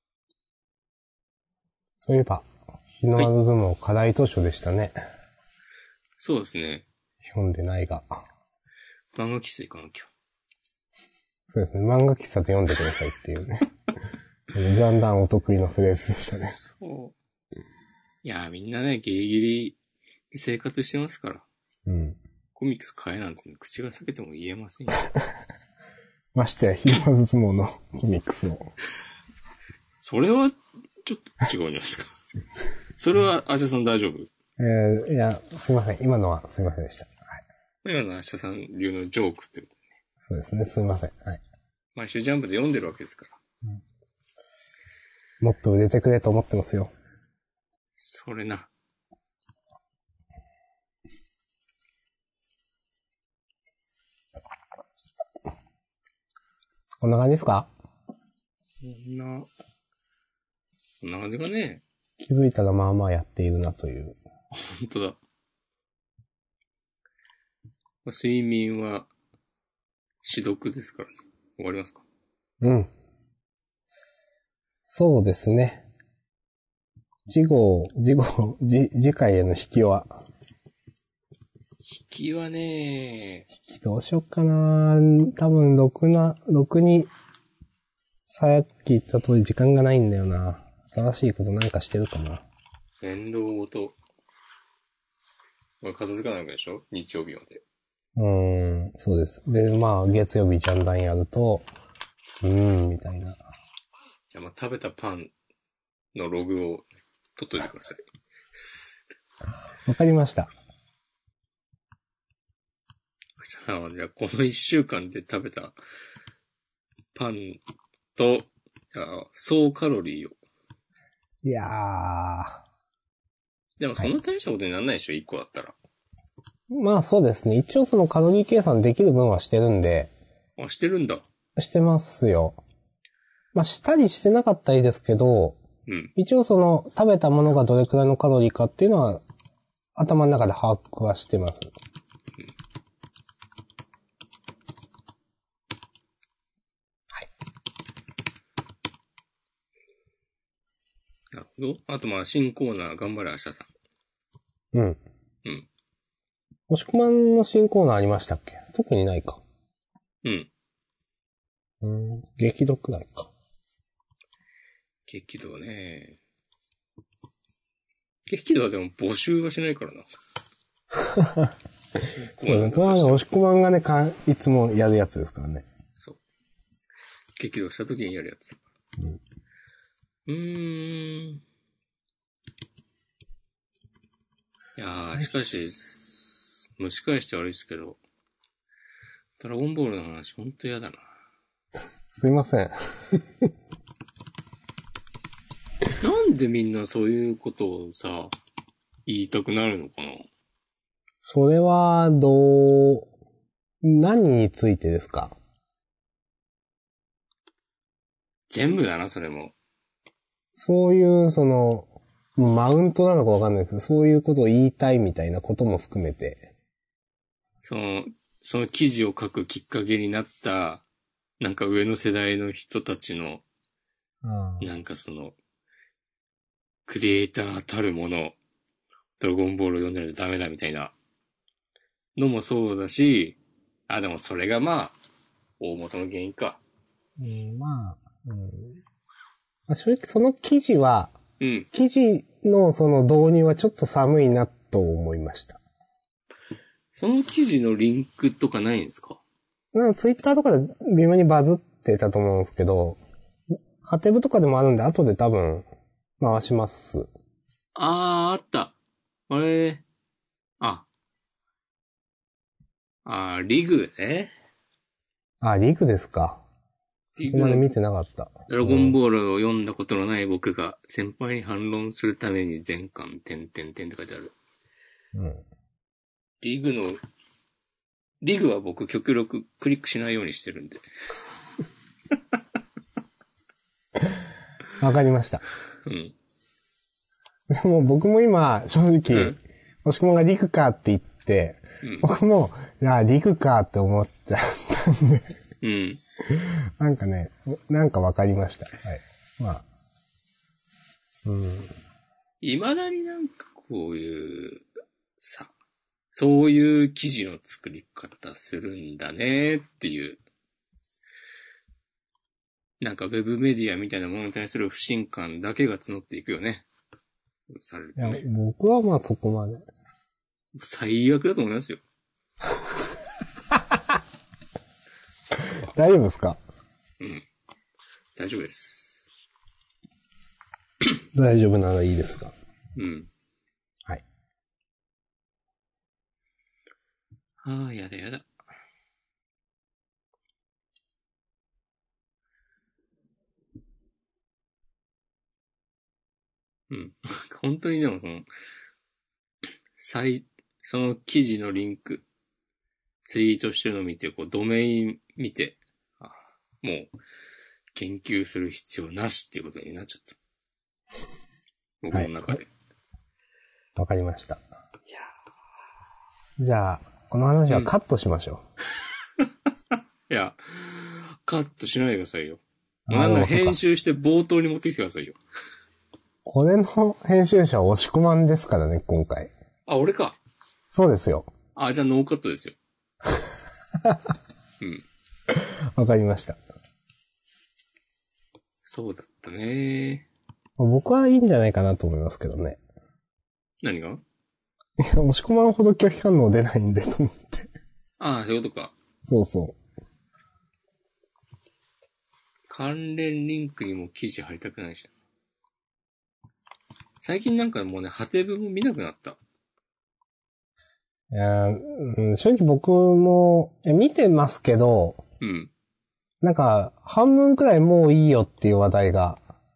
S1: そういえば、日の丸相撲課題図書でしたね。はい、
S2: そうですね。
S1: 読んでないが。
S2: 漫画喫茶行かなきゃ。
S1: そうですね。漫画喫茶で読んでくださいっていうね。ジャンダンお得意のフレーズでしたね。
S2: そう。いやーみんなね、ギリギリ生活してますから。
S1: うん。
S2: コミックス買えなんて、ね、口が裂けても言えませんよ。
S1: ましてや、日の丸相撲のコミックスを。
S2: それは、ちょっと違うんじゃないですか。それは、アシャさん大丈夫？
S1: えー、いや、すいません。今のはすいませんでした。
S2: はい、今のアシャさん流のジョークってことね。
S1: そうですね。すいません。はい。
S2: 毎週ジャンプで読んでるわけですから。
S1: うん、もっと売れてくれと思ってますよ。
S2: それな。
S1: こんな感じですか？
S2: こんな、こんな感じかね。
S1: 気づいたらまあまあやっているなという。
S2: 本当だ。睡眠は、死読ですからね。わかりますか？
S1: うん。そうですね。次号、次号、次、次回への引きは。
S2: 引きはね、
S1: 引きどうしよっかな。多分、ろくな、ろくに、さっき言った通り時間がないんだよな。新しいことなんかしてるかな。
S2: 面倒ごと。まあ、片付かないわけでしょ？日曜日まで。
S1: うーん、そうです。で、まあ、月曜日ジャンダンやると、うーん、みたいな。
S2: いや、まあ、食べたパンのログを取っといてください。
S1: わかりました。
S2: じゃあ、じゃあこの一週間で食べたパンと、じゃあ、総カロリーを。
S1: いやー。
S2: でもそんな大したことにならないでしょ、はい、いっこだったら。
S1: まあそうですね。一応そのカロリー計算できる分はしてるんで。
S2: あ、してるんだ。
S1: してますよ。まあしたりしてなかったりですけど、
S2: うん。
S1: 一応その食べたものがどれくらいのカロリーかっていうのは頭の中で把握はしてます。うん、はい。
S2: なるほど。あとまあ新コーナー頑張れ明日さ
S1: ん。うん。
S2: うん。
S1: もしこまんの新コーナーありましたっけ？特にないか。
S2: うん。
S1: うん。激怒くらいか。
S2: 激怒ね。激怒はでも募集はしないからな。
S1: そうですね。それはね、押し込まんがね、かいつもやるやつですからね。
S2: そう。激怒した時にやるやつ。
S1: うん。
S2: うーん。いやー、しかし、蒸し返して悪いですけど、ドラゴンボールの話ほんと嫌だな。
S1: すいません。
S2: なんでみんなそういうことをさ、言いたくなるのかな？
S1: それは、どう、何についてですか？
S2: 全部だな、それも。
S1: そういう、その、マウントなのかわかんないですけど、そういうことを言いたいみたいなことも含めて。
S2: その、その記事を書くきっかけになった、なんか上の世代の人たちの、なんかその、クリエイターたるもの、ドラゴンボールを読んでないとダメだみたいなのもそうだし、あ、でもそれがまあ、大元の原因か。
S1: うん、まあ、うん、まあ、正直その記事は、
S2: うん。
S1: 記事のその導入はちょっと寒いなと思いました。
S2: その記事のリンクとかないんですか？
S1: なんかツイッターとかで微妙にバズってたと思うんですけど、ハテブとかでもあるんで、後で多分回します。
S2: あー、あった。あれ、あ。あー、リグね。
S1: あ、リグですか。 そこまで見てなかった。
S2: ドラゴンボールを読んだことのない僕が先輩に反論するために全巻点点点って書いてある。
S1: うん。
S2: リグの、リグは僕極力クリックしないようにしてるんで。
S1: わかりました。
S2: うん。
S1: でも僕も今、正直、うん、もしくもがリグかって言って、うん、僕も、いや、リグかって思っちゃったんで。うん。なんかね、なんかわかりました。はい。まあ。うん。
S2: 未だになんかこういう、さ、そういう記事の作り方するんだねっていう。なんかウェブメディアみたいなものに対する不信感だけが募っていくよね。されるとね。
S1: いや、僕はまあそこまで。
S2: 最悪だと思いますよ。
S1: 大丈夫ですか？
S2: うん。大丈夫です。
S1: 大丈夫ならいいですか？
S2: うん。
S1: はい。
S2: ああ、やだやだ。うん。本当にでもその、最、その記事のリンク、ツイートしてるのを見て、こう、ドメイン見て、あ、もう、研究する必要なしっていうことになっちゃった。僕の中で。
S1: わ、はい、かりました。いやじゃあ、この話はカットしましょ
S2: う。うん、いや、カットしないでくださいよ。なんか編集して冒頭に持ってきてくださいよ。
S1: これの編集者は押し込まんですからね、今回。
S2: あ、俺か。
S1: そうですよ。
S2: あ、じゃあノーカットですよ。うん。
S1: わかりました。
S2: そうだったね。
S1: 僕はいいんじゃないかなと思いますけどね。
S2: 何が？
S1: いや、押し込まんほど拒否反応出ないんでと思って。
S2: ああ、そういうことか。
S1: そうそう。
S2: 関連リンクにも記事貼りたくないし。最近なんかもうね、ハテブも見なくなった。
S1: いや、うん、正直僕も、いや見てますけど、
S2: うん。
S1: なんか、半分くらいもういいよっていう話題が、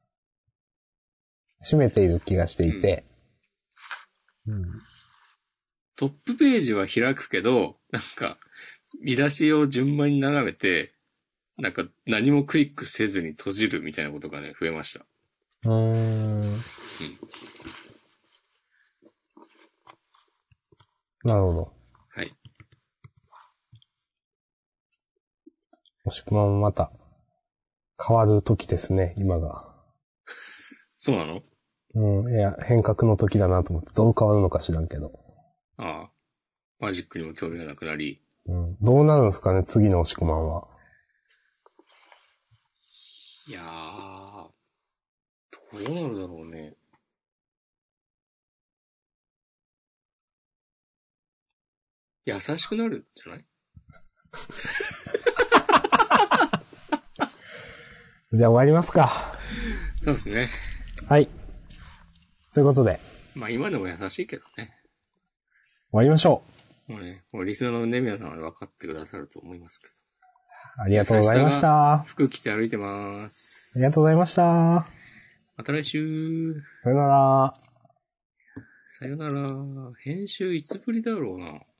S1: 占めている気がしていて、
S2: うんうん、トップページは開くけど、なんか、見出しを順番に眺めて、なんか何もクリックせずに閉じるみたいなことがね、増えました。
S1: うーん。うん。なるほど。
S2: はい。
S1: もしくはまた、変わる時ですね、今が。
S2: そうなの？
S1: うん、いや、変革の時だなと思って、どう変わるのか知らんけど。
S2: ああ。マジックにも興味がなくなり。
S1: うん。どうなるんですかね、次の押し込まんは。
S2: いやー、どうなるだろうね。優しくなるんじゃない？
S1: じゃあ終わりますか。
S2: そうですね。
S1: はい。ということで。
S2: まあ今でも優しいけどね。
S1: 終わりましょ
S2: う。もうね、もうリスナーのね、皆さんは分かってくださると思いますけど。
S1: ありがとうございました。
S2: 服着て歩いてます。
S1: ありがとうございました。
S2: また来週。
S1: さよなら。
S2: さよなら。編集いつぶりだろうな。